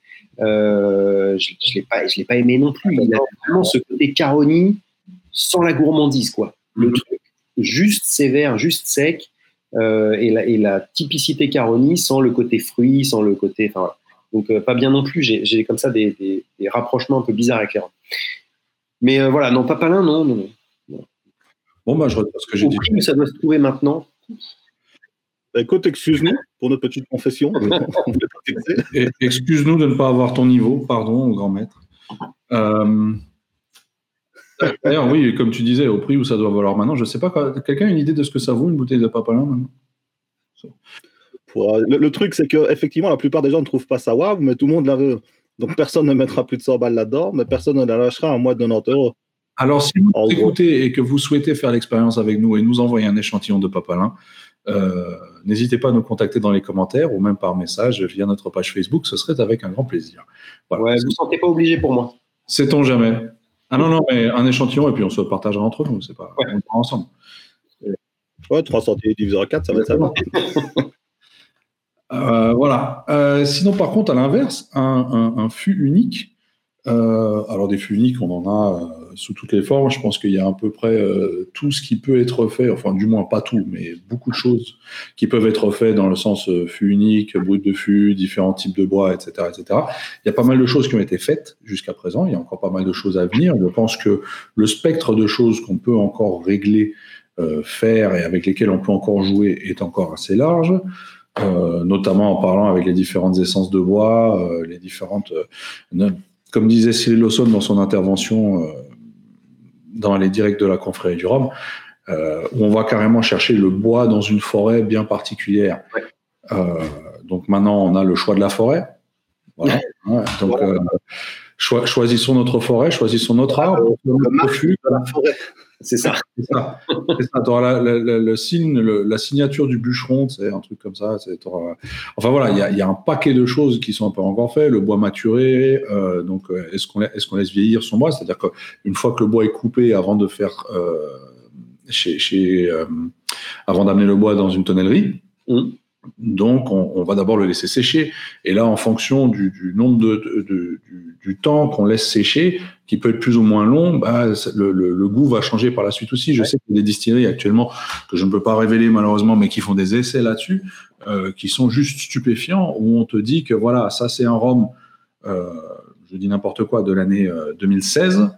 Je l'ai pas aimé non plus. Il a vraiment ce côté Caroni sans la gourmandise, quoi. Le truc juste sévère, juste sec, et la typicité Caroni sans le côté fruit, sans le côté. Enfin, voilà. Donc pas bien non plus. J'ai comme ça des rapprochements un peu bizarres avec les rhums. Mais voilà, non, Papalin, non. Bon, bah, je retrouve ce que j'ai dit. Ça doit se trouver maintenant. Écoute, excuse-nous pour notre petite confession. Excuse-nous de ne pas avoir ton niveau, pardon, grand maître. D'ailleurs, oui, comme tu disais, au prix où ça doit valoir maintenant, je ne sais pas, quelqu'un a une idée de ce que ça vaut une bouteille de Papalin maintenant? Le truc, c'est qu'effectivement, la plupart des gens ne trouvent pas ça waouh, mais tout le monde la veut. Donc personne ne mettra plus de 100 balles là-dedans, mais personne ne la lâchera à moins de 90 €. Alors, si vous écoutez et que vous souhaitez faire l'expérience avec nous et nous envoyer un échantillon de Papalin, n'hésitez pas à nous contacter dans les commentaires ou même par message via notre page Facebook, ce serait avec un grand plaisir. Voilà. Ouais, vous ne sentez pas obligé pour moi. Sait-on jamais. Ah non, mais un échantillon et puis on se partagera entre nous, c'est pas, on le prend ensemble. Ouais, 3 centimes divisé par 4, ça va être ça. Voilà. Sinon, par contre, à l'inverse, un fût unique. Alors, des fûts uniques, on en a sous toutes les formes. Je pense qu'il y a à peu près tout ce qui peut être fait, enfin, du moins pas tout, mais beaucoup de choses qui peuvent être faites dans le sens fût unique, brut de fût, différents types de bois, etc., etc. Il y a pas mal de choses qui ont été faites jusqu'à présent. Il y a encore pas mal de choses à venir. Je pense que le spectre de choses qu'on peut encore régler, faire et avec lesquelles on peut encore jouer est encore assez large. Notamment en parlant avec les différentes essences de bois, les différentes... comme disait Cyril Lawson dans son intervention dans les directs de la confrérie du rhum, où on va carrément chercher le bois dans une forêt bien particulière. Ouais. Donc maintenant, on a le choix de la forêt. Voilà. Ouais. Donc, choisissons notre forêt, choisissons notre arbre, notre fût. La forêt. C'est ça. C'est ça. Tu auras le signe, la signature du bûcheron, c'est un truc comme ça. Enfin voilà, il y a un paquet de choses qui sont un peu encore faites. Le bois maturé, donc est-ce qu'on laisse vieillir son bois? C'est-à-dire qu'une fois que le bois est coupé, avant de faire avant d'amener le bois dans une tonnellerie, donc on va d'abord le laisser sécher. Et là, en fonction du nombre du temps qu'on laisse sécher, qui peut être plus ou moins long, bah, le goût va changer par la suite aussi. Je sais qu'il y a des distilleries actuellement que je ne peux pas révéler malheureusement, mais qui font des essais là-dessus, qui sont juste stupéfiants, où on te dit que voilà, ça c'est un rhum, je dis n'importe quoi, de l'année 2016,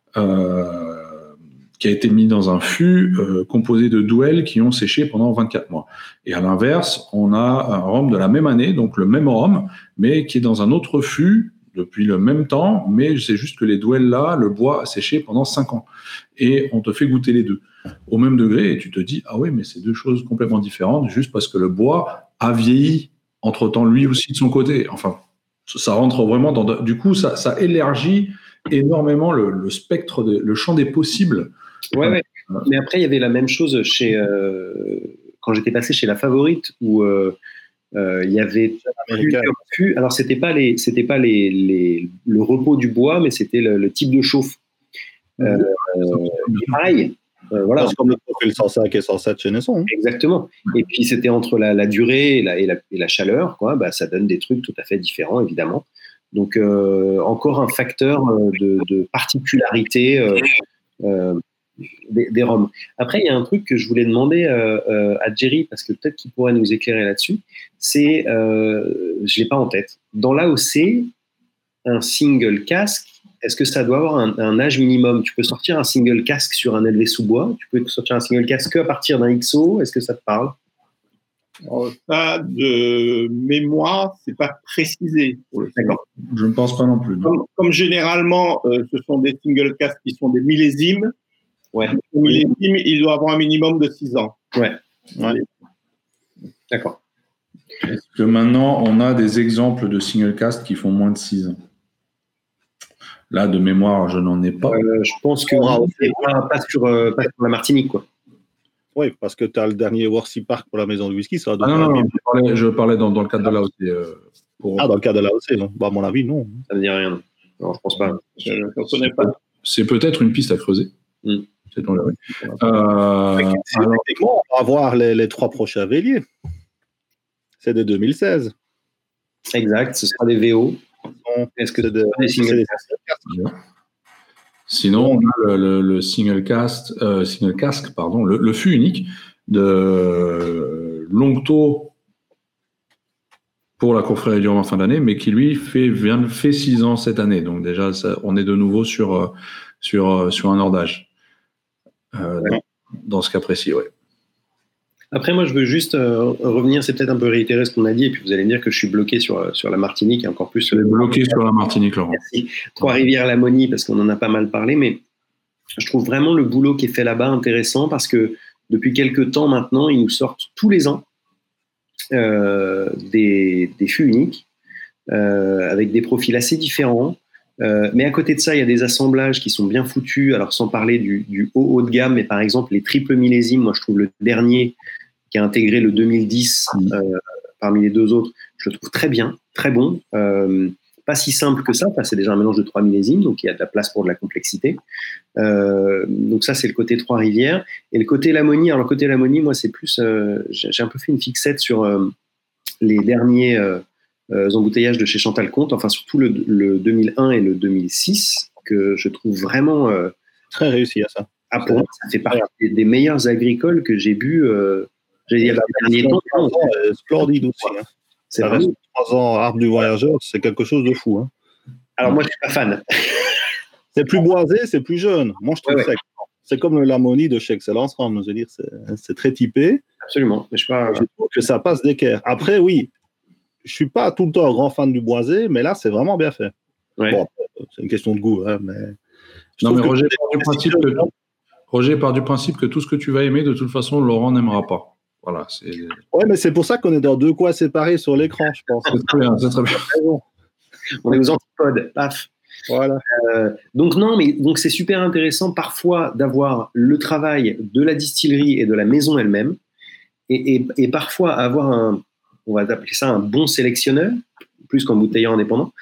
qui a été mis dans un fût composé de douelles qui ont séché pendant 24 mois. Et à l'inverse, on a un rhum de la même année, donc le même rhum, mais qui est dans un autre fût depuis le même temps, mais c'est juste que les douelles-là, le bois a séché pendant 5 ans. Et on te fait goûter les deux au même degré, et tu te dis, ah oui, mais c'est deux choses complètement différentes, juste parce que le bois a vieilli entre-temps lui aussi de son côté. Enfin, ça rentre vraiment dans... Du coup, ça élargit énormément le spectre, le champ des possibles. Ouais. Mais après, il y avait la même chose quand j'étais passé chez La Favorite, où il y avait plusieurs fûts. Alors, c'était pas le repos du bois, mais c'était le type de chauffe. Pareil. Voilà. C'est comme le profil 105 et 107 chez Nesson. Hein. Exactement. Et puis, c'était entre la durée et la chaleur, quoi. Bah, ça donne des trucs tout à fait différents, évidemment. Donc, encore un facteur de particularité des rhums. Après, il y a un truc que je voulais demander à Jerry, parce que peut-être qu'il pourrait nous éclairer là-dessus, c'est, je l'ai pas en tête, dans l'AOC, un single casque, est-ce que ça doit avoir un âge minimum? Tu peux sortir un single casque sur un LV sous-bois, tu peux sortir un single casque à partir d'un XO, est-ce que ça te parle? Alors, ça, de mémoire, c'est pas précisé. D'accord. Je ne pense pas non plus. Non. Comme généralement, ce sont des single casques qui sont des millésimes. Ouais. Le millésime, il doit avoir un minimum de 6 ans. Ouais. D'accord. Est-ce que maintenant, on a des exemples de single cask qui font moins de 6 ans? Là, de mémoire, je n'en ai pas. Je pense que pas sur la Martinique, quoi. Oui, parce que tu as le dernier Worcy Park pour la maison de whisky. Ça non, je parlais dans le cadre de l'AOC. Dans le cadre de l'AOC, non. À mon avis, non. Ça ne me dit rien. Non, je ne pense pas. Je ne connais pas. C'est peut-être une piste à creuser. C'est dans le... on va avoir les 3 prochains Véliers. C'est de 2016. Exact, ce sera des VO. Est-ce que c'est des single cask? Sinon, on a le single cask, le fût unique de Longto pour la confrérie du rhum en fin d'année, mais qui lui fait 6 ans cette année. Donc déjà, on est de nouveau sur un ordage. Dans ce cas précis, ouais. Après, moi, je veux juste revenir, c'est peut-être un peu réitérer ce qu'on a dit, et puis vous allez me dire que je suis bloqué sur la Martinique, et encore plus... bloqué sur la Martinique, Laurent. Merci. Trois-Rivières, Lamonie, parce qu'on en a pas mal parlé, mais je trouve vraiment le boulot qui est fait là-bas intéressant, parce que depuis quelques temps maintenant, ils nous sortent tous les ans des fûts uniques, avec des profils assez différents. Mais à côté de ça, il y a des assemblages qui sont bien foutus. Alors, sans parler du haut de gamme, mais par exemple, les triples millésimes, moi, je trouve le dernier qui a intégré le 2010 parmi les 2 autres, je le trouve très bien, très bon. Pas si simple que ça, c'est déjà un mélange de 3 millésimes, donc il y a de la place pour de la complexité. Donc ça, c'est le côté Trois-Rivières. Et le côté Lamonie, alors le côté Lamonie, moi, c'est plus... j'ai un peu fait une fixette sur les derniers... embouteillages de chez Chantal Comte, enfin surtout le 2001 et le 2006, que je trouve vraiment... très réussi à ça. Pour moi, ça fait partie des meilleurs agricoles que j'ai bu j'ai dit, ces derniers temps. Splendide aussi. Hein. C'est vrai. 3 ans Arbre du Voyageur, c'est quelque chose de fou. Hein. Alors moi, je ne suis pas fan. C'est plus boisé, c'est plus jeune. Moi, je trouve ça... C'est comme le Lamonie de chez Excellence Rhum, je veux dire, c'est très typé. Absolument. Mais je trouve que ça passe d'équerre. Après, oui, je suis pas tout le temps un grand fan du boisé, mais là, c'est vraiment bien fait. Ouais. Bon, c'est une question de goût, hein, mais... Non, mais Roger part du principe que tout ce que tu vas aimer, de toute façon, Laurent n'aimera pas. Voilà. Ouais, mais c'est pour ça qu'on est dans 2 coins séparés sur l'écran, je pense. C'est très bien, c'est très bien. On est aux antipodes, paf. Voilà. Donc c'est super intéressant parfois d'avoir le travail de la distillerie et de la maison elle-même, et parfois avoir on va appeler ça un bon sélectionneur, plus qu'un bouteilleur indépendant,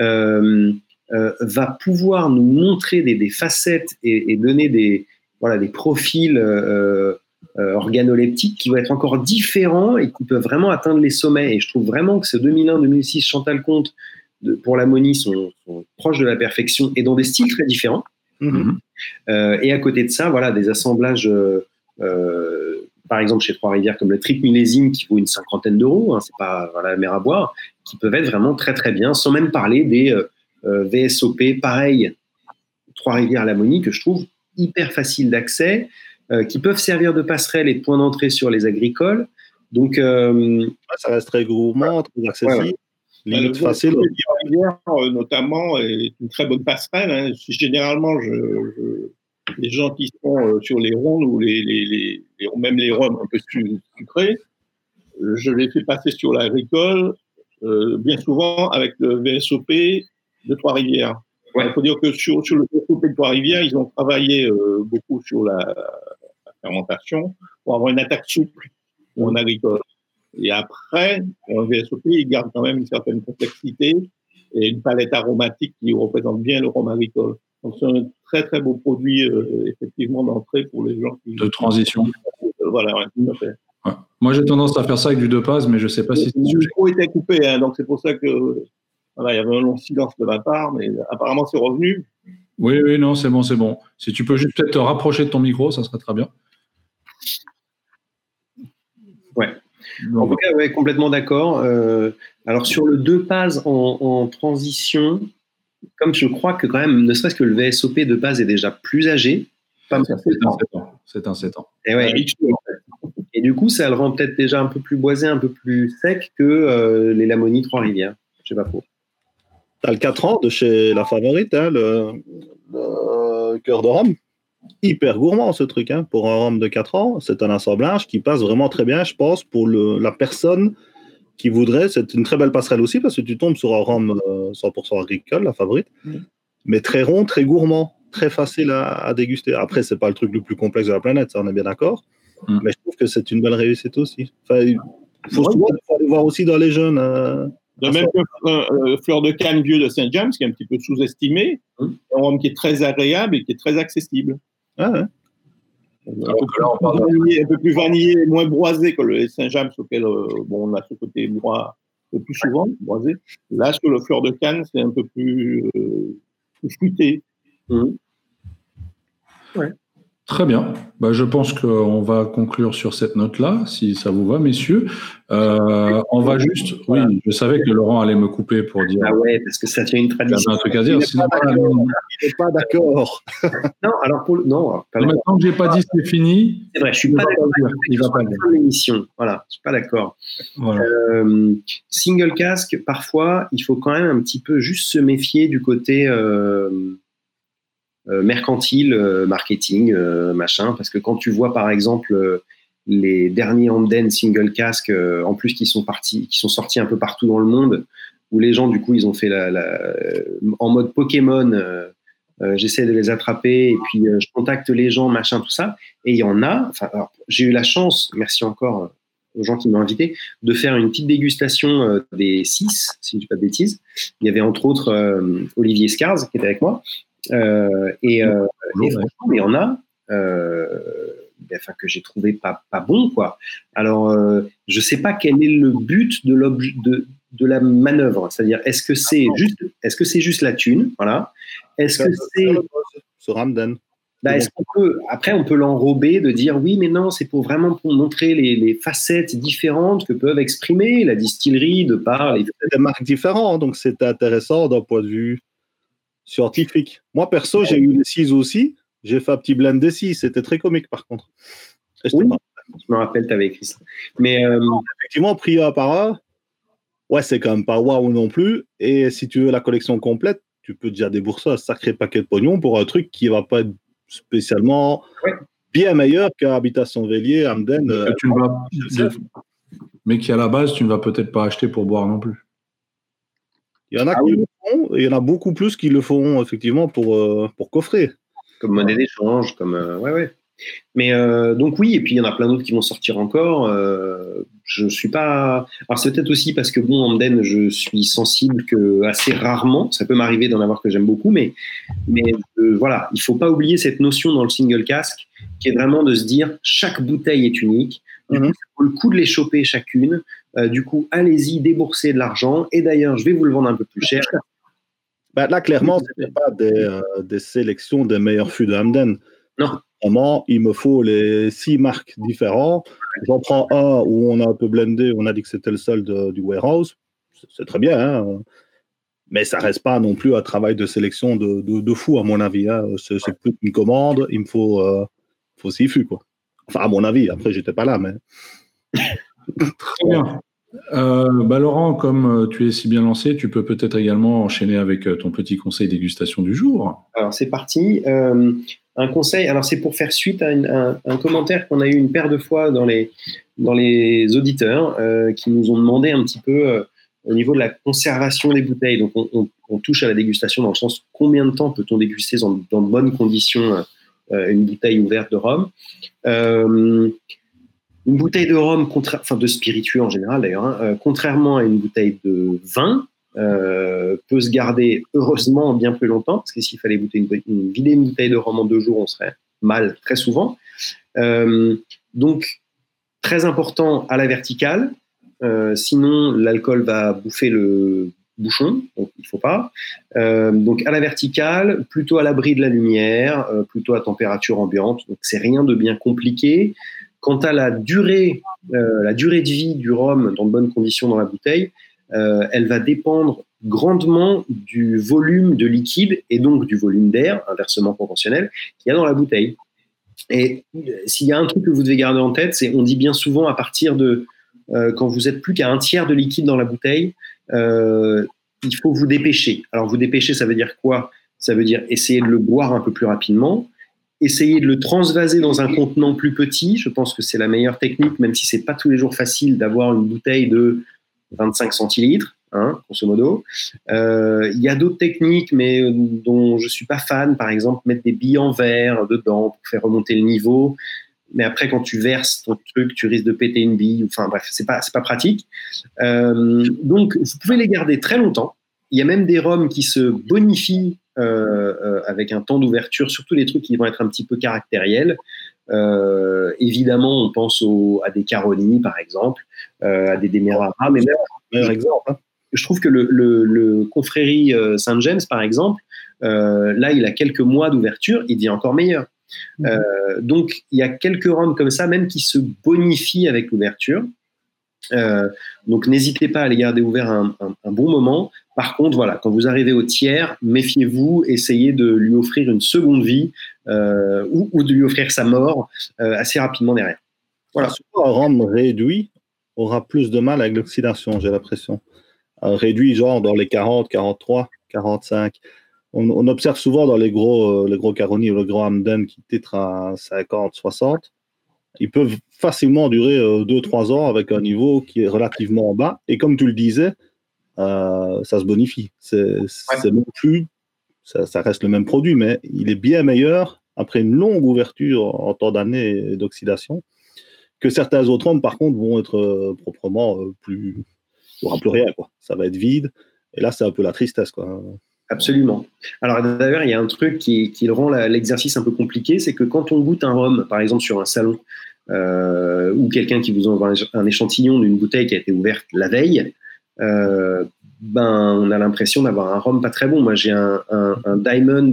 va pouvoir nous montrer des facettes et donner des profils organoleptiques qui vont être encore différents et qui peuvent vraiment atteindre les sommets. Et je trouve vraiment que ce 2001-2006 Chantal Comte pour Lamonie sont proches de la perfection et dans des styles très différents. Et à côté de ça, des assemblages... par exemple chez Trois-Rivières comme le triple millésime qui vaut une 50aine d'euros, hein, c'est pas la mer à boire, qui peuvent être vraiment très très bien, sans même parler des VSOP, pareil, Trois-Rivières Lamonie, que je trouve hyper facile d'accès, qui peuvent servir de passerelle et de point d'entrée sur les agricoles. Donc, ça reste très gourmand, très accessible. Limite facile. Trois-Rivières, notamment, est une très bonne passerelle. Hein. Généralement, les gens qui sont sur les rondes ou même les rhums un peu sucrés, je les fais passer sur l'agricole, bien souvent avec le VSOP de Trois-Rivières. Il faut dire que sur le VSOP de Trois-Rivières, ils ont travaillé beaucoup sur la fermentation pour avoir une attaque souple en agricole. Et après, le VSOP, il garde quand même une certaine complexité et une palette aromatique qui représente bien le rhum agricole. Donc, c'est un très, très beau produit, effectivement, d'entrée pour les gens qui... De transition. Voilà, tout à fait. Ouais. Moi, j'ai tendance à faire ça avec du 2 passes, mais je ne sais pas si... Le micro était coupé, hein, donc c'est pour ça que... il y avait un long silence de ma part, mais apparemment, c'est revenu. Oui, non, c'est bon. Si tu peux juste peut-être te rapprocher de ton micro, ça serait très bien. Ouais. En tout cas, complètement d'accord. Alors, sur le 2 passes en transition... Comme je crois que quand même, ne serait-ce que le VSOP de base est déjà plus âgé. C'est un 7 ans. Et du coup, ça le rend peut-être déjà un peu plus boisé, un peu plus sec que les Lamonie Trois-Rivières. Je sais pas trop. T'as le 4 ans de chez La Favorite, hein, le cœur de rhum. Hyper gourmand ce truc. Hein. Pour un rhum de 4 ans, c'est un assemblage qui passe vraiment très bien, je pense, pour la personne qui voudraient, c'est une très belle passerelle aussi parce que tu tombes sur un rhum 100% agricole, la Favorite, mais très rond, très gourmand, très facile à déguster. Après, c'est pas le truc le plus complexe de la planète, ça on est bien d'accord, mais je trouve que c'est une belle réussite aussi. Enfin, il faut aller voir aussi dans les jeunes. De même que Fleur de Canne vieux de Saint James, qui est un petit peu sous-estimé, un rhum qui est très agréable et qui est très accessible. Ah ouais. Un peu plus vanillé, moins boisé que le Saint James, auquel on a ce côté bois le plus souvent, boisé. Là, sur le Fleur de Canne, c'est un peu plus fruité. Ouais. Très bien. Je pense qu'on va conclure sur cette note-là, si ça vous va, messieurs. On va juste... Oui, je savais que Laurent allait me couper pour dire... Ah ouais, parce que ça tient une tradition. Il y a un truc à dire. Il n'est pas d'accord. Non, alors non. Maintenant que j'ai pas dit c'est fini... C'est vrai, je suis pas d'accord. Il va pas dire. L'émission. Voilà, je suis pas d'accord. Voilà. Single cask, parfois, il faut quand même un petit peu juste se méfier du côté... mercantile, marketing, machin, parce que quand tu vois par exemple les derniers Hamden single cask, en plus qui sont sortis un peu partout dans le monde, où les gens du coup ils ont fait en mode Pokémon, j'essaie de les attraper et puis je contacte les gens, machin, tout ça, et il y en a. Alors, j'ai eu la chance, merci encore aux gens qui m'ont invité, de faire une petite dégustation des 6, si je ne dis pas de bêtises. Il y avait entre autres Olivier Scars qui était avec moi. Et franchement, il y en a que j'ai trouvé pas bon, quoi. Alors, je sais pas quel est le but de la manœuvre. C'est-à-dire, est-ce que c'est juste la thune, voilà. Est-ce que c'est sur Hamden? Est-ce après, on peut l'enrober de dire oui, mais non, c'est pour montrer les facettes différentes que peuvent exprimer la distillerie de par les... C'est des marques différentes, donc c'est intéressant d'un point de vue scientifique. Moi, perso, j'ai eu les 6 aussi. J'ai fait un petit blend des 6. C'était très comique, par contre. Oui, je me rappelle, tu avais écrit ça. Mais effectivement, pris un par un, ouais, c'est quand même pas waouh non plus. Et si tu veux la collection complète, tu peux déjà débourser un sacré paquet de pognon pour un truc qui va pas être spécialement bien meilleur qu'un Habitation Vélier, Hamden. Mais qui, à la base, tu ne vas peut-être pas acheter pour boire non plus. Il y en a qui le font, et il y en a beaucoup plus qui le font effectivement pour coffrer. Comme monnaie d'échange, comme ouais. Mais donc oui, et puis il y en a plein d'autres qui vont sortir encore. Je suis pas. Alors c'est peut-être aussi parce que Hamden, je suis sensible que assez rarement. Ça peut m'arriver d'en avoir que j'aime beaucoup, mais voilà, il faut pas oublier cette notion dans le single cask qui est vraiment de se dire chaque bouteille est unique. Du coup, ça vaut le coup de les choper chacune. Du coup, allez-y, déboursez de l'argent. Et d'ailleurs, je vais vous le vendre un peu plus cher. Là, clairement, ce n'est pas des sélections des meilleurs fûts de Hamden. Non. Vraiment, il me faut les 6 marques différentes. J'en prends un où on a un peu blendé. On a dit que c'était le seul du warehouse. C'est très bien, hein. Mais ça ne reste pas non plus un travail de sélection de fou, à mon avis. Hein. C'est plus qu'une commande. Il me faut 6 fûts, quoi. Enfin, à mon avis. Après, je n'étais pas là, mais... Très bien. Laurent, comme tu es si bien lancé, tu peux peut-être également enchaîner avec ton petit conseil dégustation du jour. Alors, c'est parti. Un conseil, alors c'est pour faire suite à un commentaire qu'on a eu une paire de fois dans les auditeurs qui nous ont demandé un petit peu au niveau de la conservation des bouteilles. Donc, on touche à la dégustation dans le sens combien de temps peut-on déguster dans de bonnes conditions une bouteille ouverte de rhum. Une bouteille de rhum, de spiritueux en général d'ailleurs, contrairement à une bouteille de vin, peut se garder heureusement bien plus longtemps, parce que s'il fallait vider une bouteille de rhum en 2 jours, on serait mal très souvent. Donc, très important à la verticale, sinon l'alcool va bouffer le bouchon, donc il ne faut pas. Donc à la verticale, plutôt à l'abri de la lumière, plutôt à température ambiante, donc c'est rien de bien compliqué. Quant à la durée de vie du rhum dans de bonnes conditions dans la bouteille, elle va dépendre grandement du volume de liquide et donc du volume d'air, inversement proportionnel, qu'il y a dans la bouteille. Et s'il y a un truc que vous devez garder en tête, c'est on dit bien souvent à partir de quand vous êtes plus qu'à 1/3 de liquide dans la bouteille, il faut vous dépêcher. Alors vous dépêcher, ça veut dire quoi? Ça veut dire essayer de le boire un peu plus rapidement, essayer de le transvaser dans un contenant plus petit. Je pense que c'est la meilleure technique, même si c'est pas tous les jours facile d'avoir une bouteille de 25 centilitres, grosso modo. Il y a d'autres techniques, mais dont je ne suis pas fan. Par exemple, mettre des billes en verre dedans pour faire remonter le niveau. Mais après, quand tu verses ton truc, tu risques de péter une bille. Enfin bref, c'est pas pratique. Donc, vous pouvez les garder très longtemps. Il y a même des rhums qui se bonifient avec un temps d'ouverture, surtout les trucs qui vont être un petit peu caractériels. Évidemment, on pense à des Caroni, par exemple, à des Demerara, mais même meilleur exemple. Je trouve que le confrérie Saint-James, par exemple, là, il a quelques mois d'ouverture, il devient encore meilleur. Donc, il y a quelques rhums comme ça, même qui se bonifient avec l'ouverture. Donc, n'hésitez pas à les garder ouverts un bon moment. Par contre, voilà, quand vous arrivez au tiers, méfiez-vous, essayez de lui offrir une seconde vie ou de lui offrir sa mort assez rapidement derrière. Voilà. Un rhum réduit aura plus de mal avec l'oxydation, j'ai l'impression. Réduit, genre dans les 40, 43, 45. On observe souvent dans les gros Caroni ou le gros Hamden qui titrent à 50, 60. Ils peuvent facilement durer 2-3 ans avec un niveau qui est relativement bas. Et comme tu le disais, ça se bonifie. C'est non plus, ça reste le même produit, mais il est bien meilleur après une longue ouverture en temps d'années d'oxydation que certains autres rhums, par contre, vont être proprement plus... Il n'y aura plus rien, quoi. Ça va être vide. Et là, c'est un peu la tristesse, quoi. Absolument. Alors d'ailleurs, il y a un truc qui rend l'exercice un peu compliqué, c'est que quand on goûte un rhum, par exemple sur un salon, ou quelqu'un qui vous envoie un échantillon d'une bouteille qui a été ouverte la veille, on a l'impression d'avoir un rhum pas très bon. Moi, j'ai un Diamond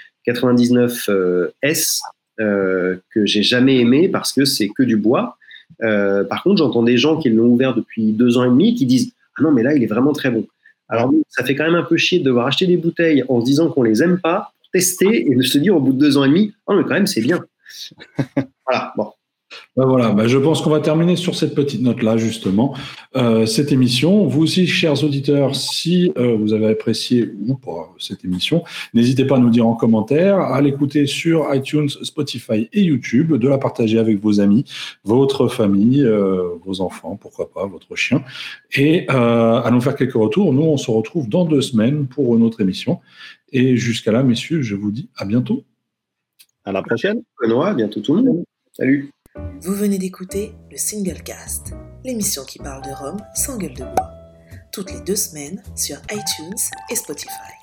99S que j'ai jamais aimé parce que c'est que du bois. Par contre, j'entends des gens qui l'ont ouvert depuis 2 ans et demi qui disent « Ah non, mais là, il est vraiment très bon ». Alors, ça fait quand même un peu chier de devoir acheter des bouteilles en se disant qu'on les aime pas, pour tester et de se dire au bout de 2 ans et demi « Oh, mais quand même, c'est bien ». Voilà, bon. Voilà, je pense qu'on va terminer sur cette petite note-là, justement, cette émission. Vous aussi, chers auditeurs, si vous avez apprécié ou pas cette émission, n'hésitez pas à nous dire en commentaire, à l'écouter sur iTunes, Spotify et YouTube, de la partager avec vos amis, votre famille, vos enfants, pourquoi pas, votre chien, et à nous faire quelques retours. Nous, on se retrouve dans 2 semaines pour une autre émission. Et jusqu'à là, messieurs, je vous dis à bientôt. À la prochaine. Benoît, à bientôt tout le monde. Salut. Vous venez d'écouter le Single Cast, l'émission qui parle de rhum sans gueule de bois, toutes les 2 semaines sur iTunes et Spotify.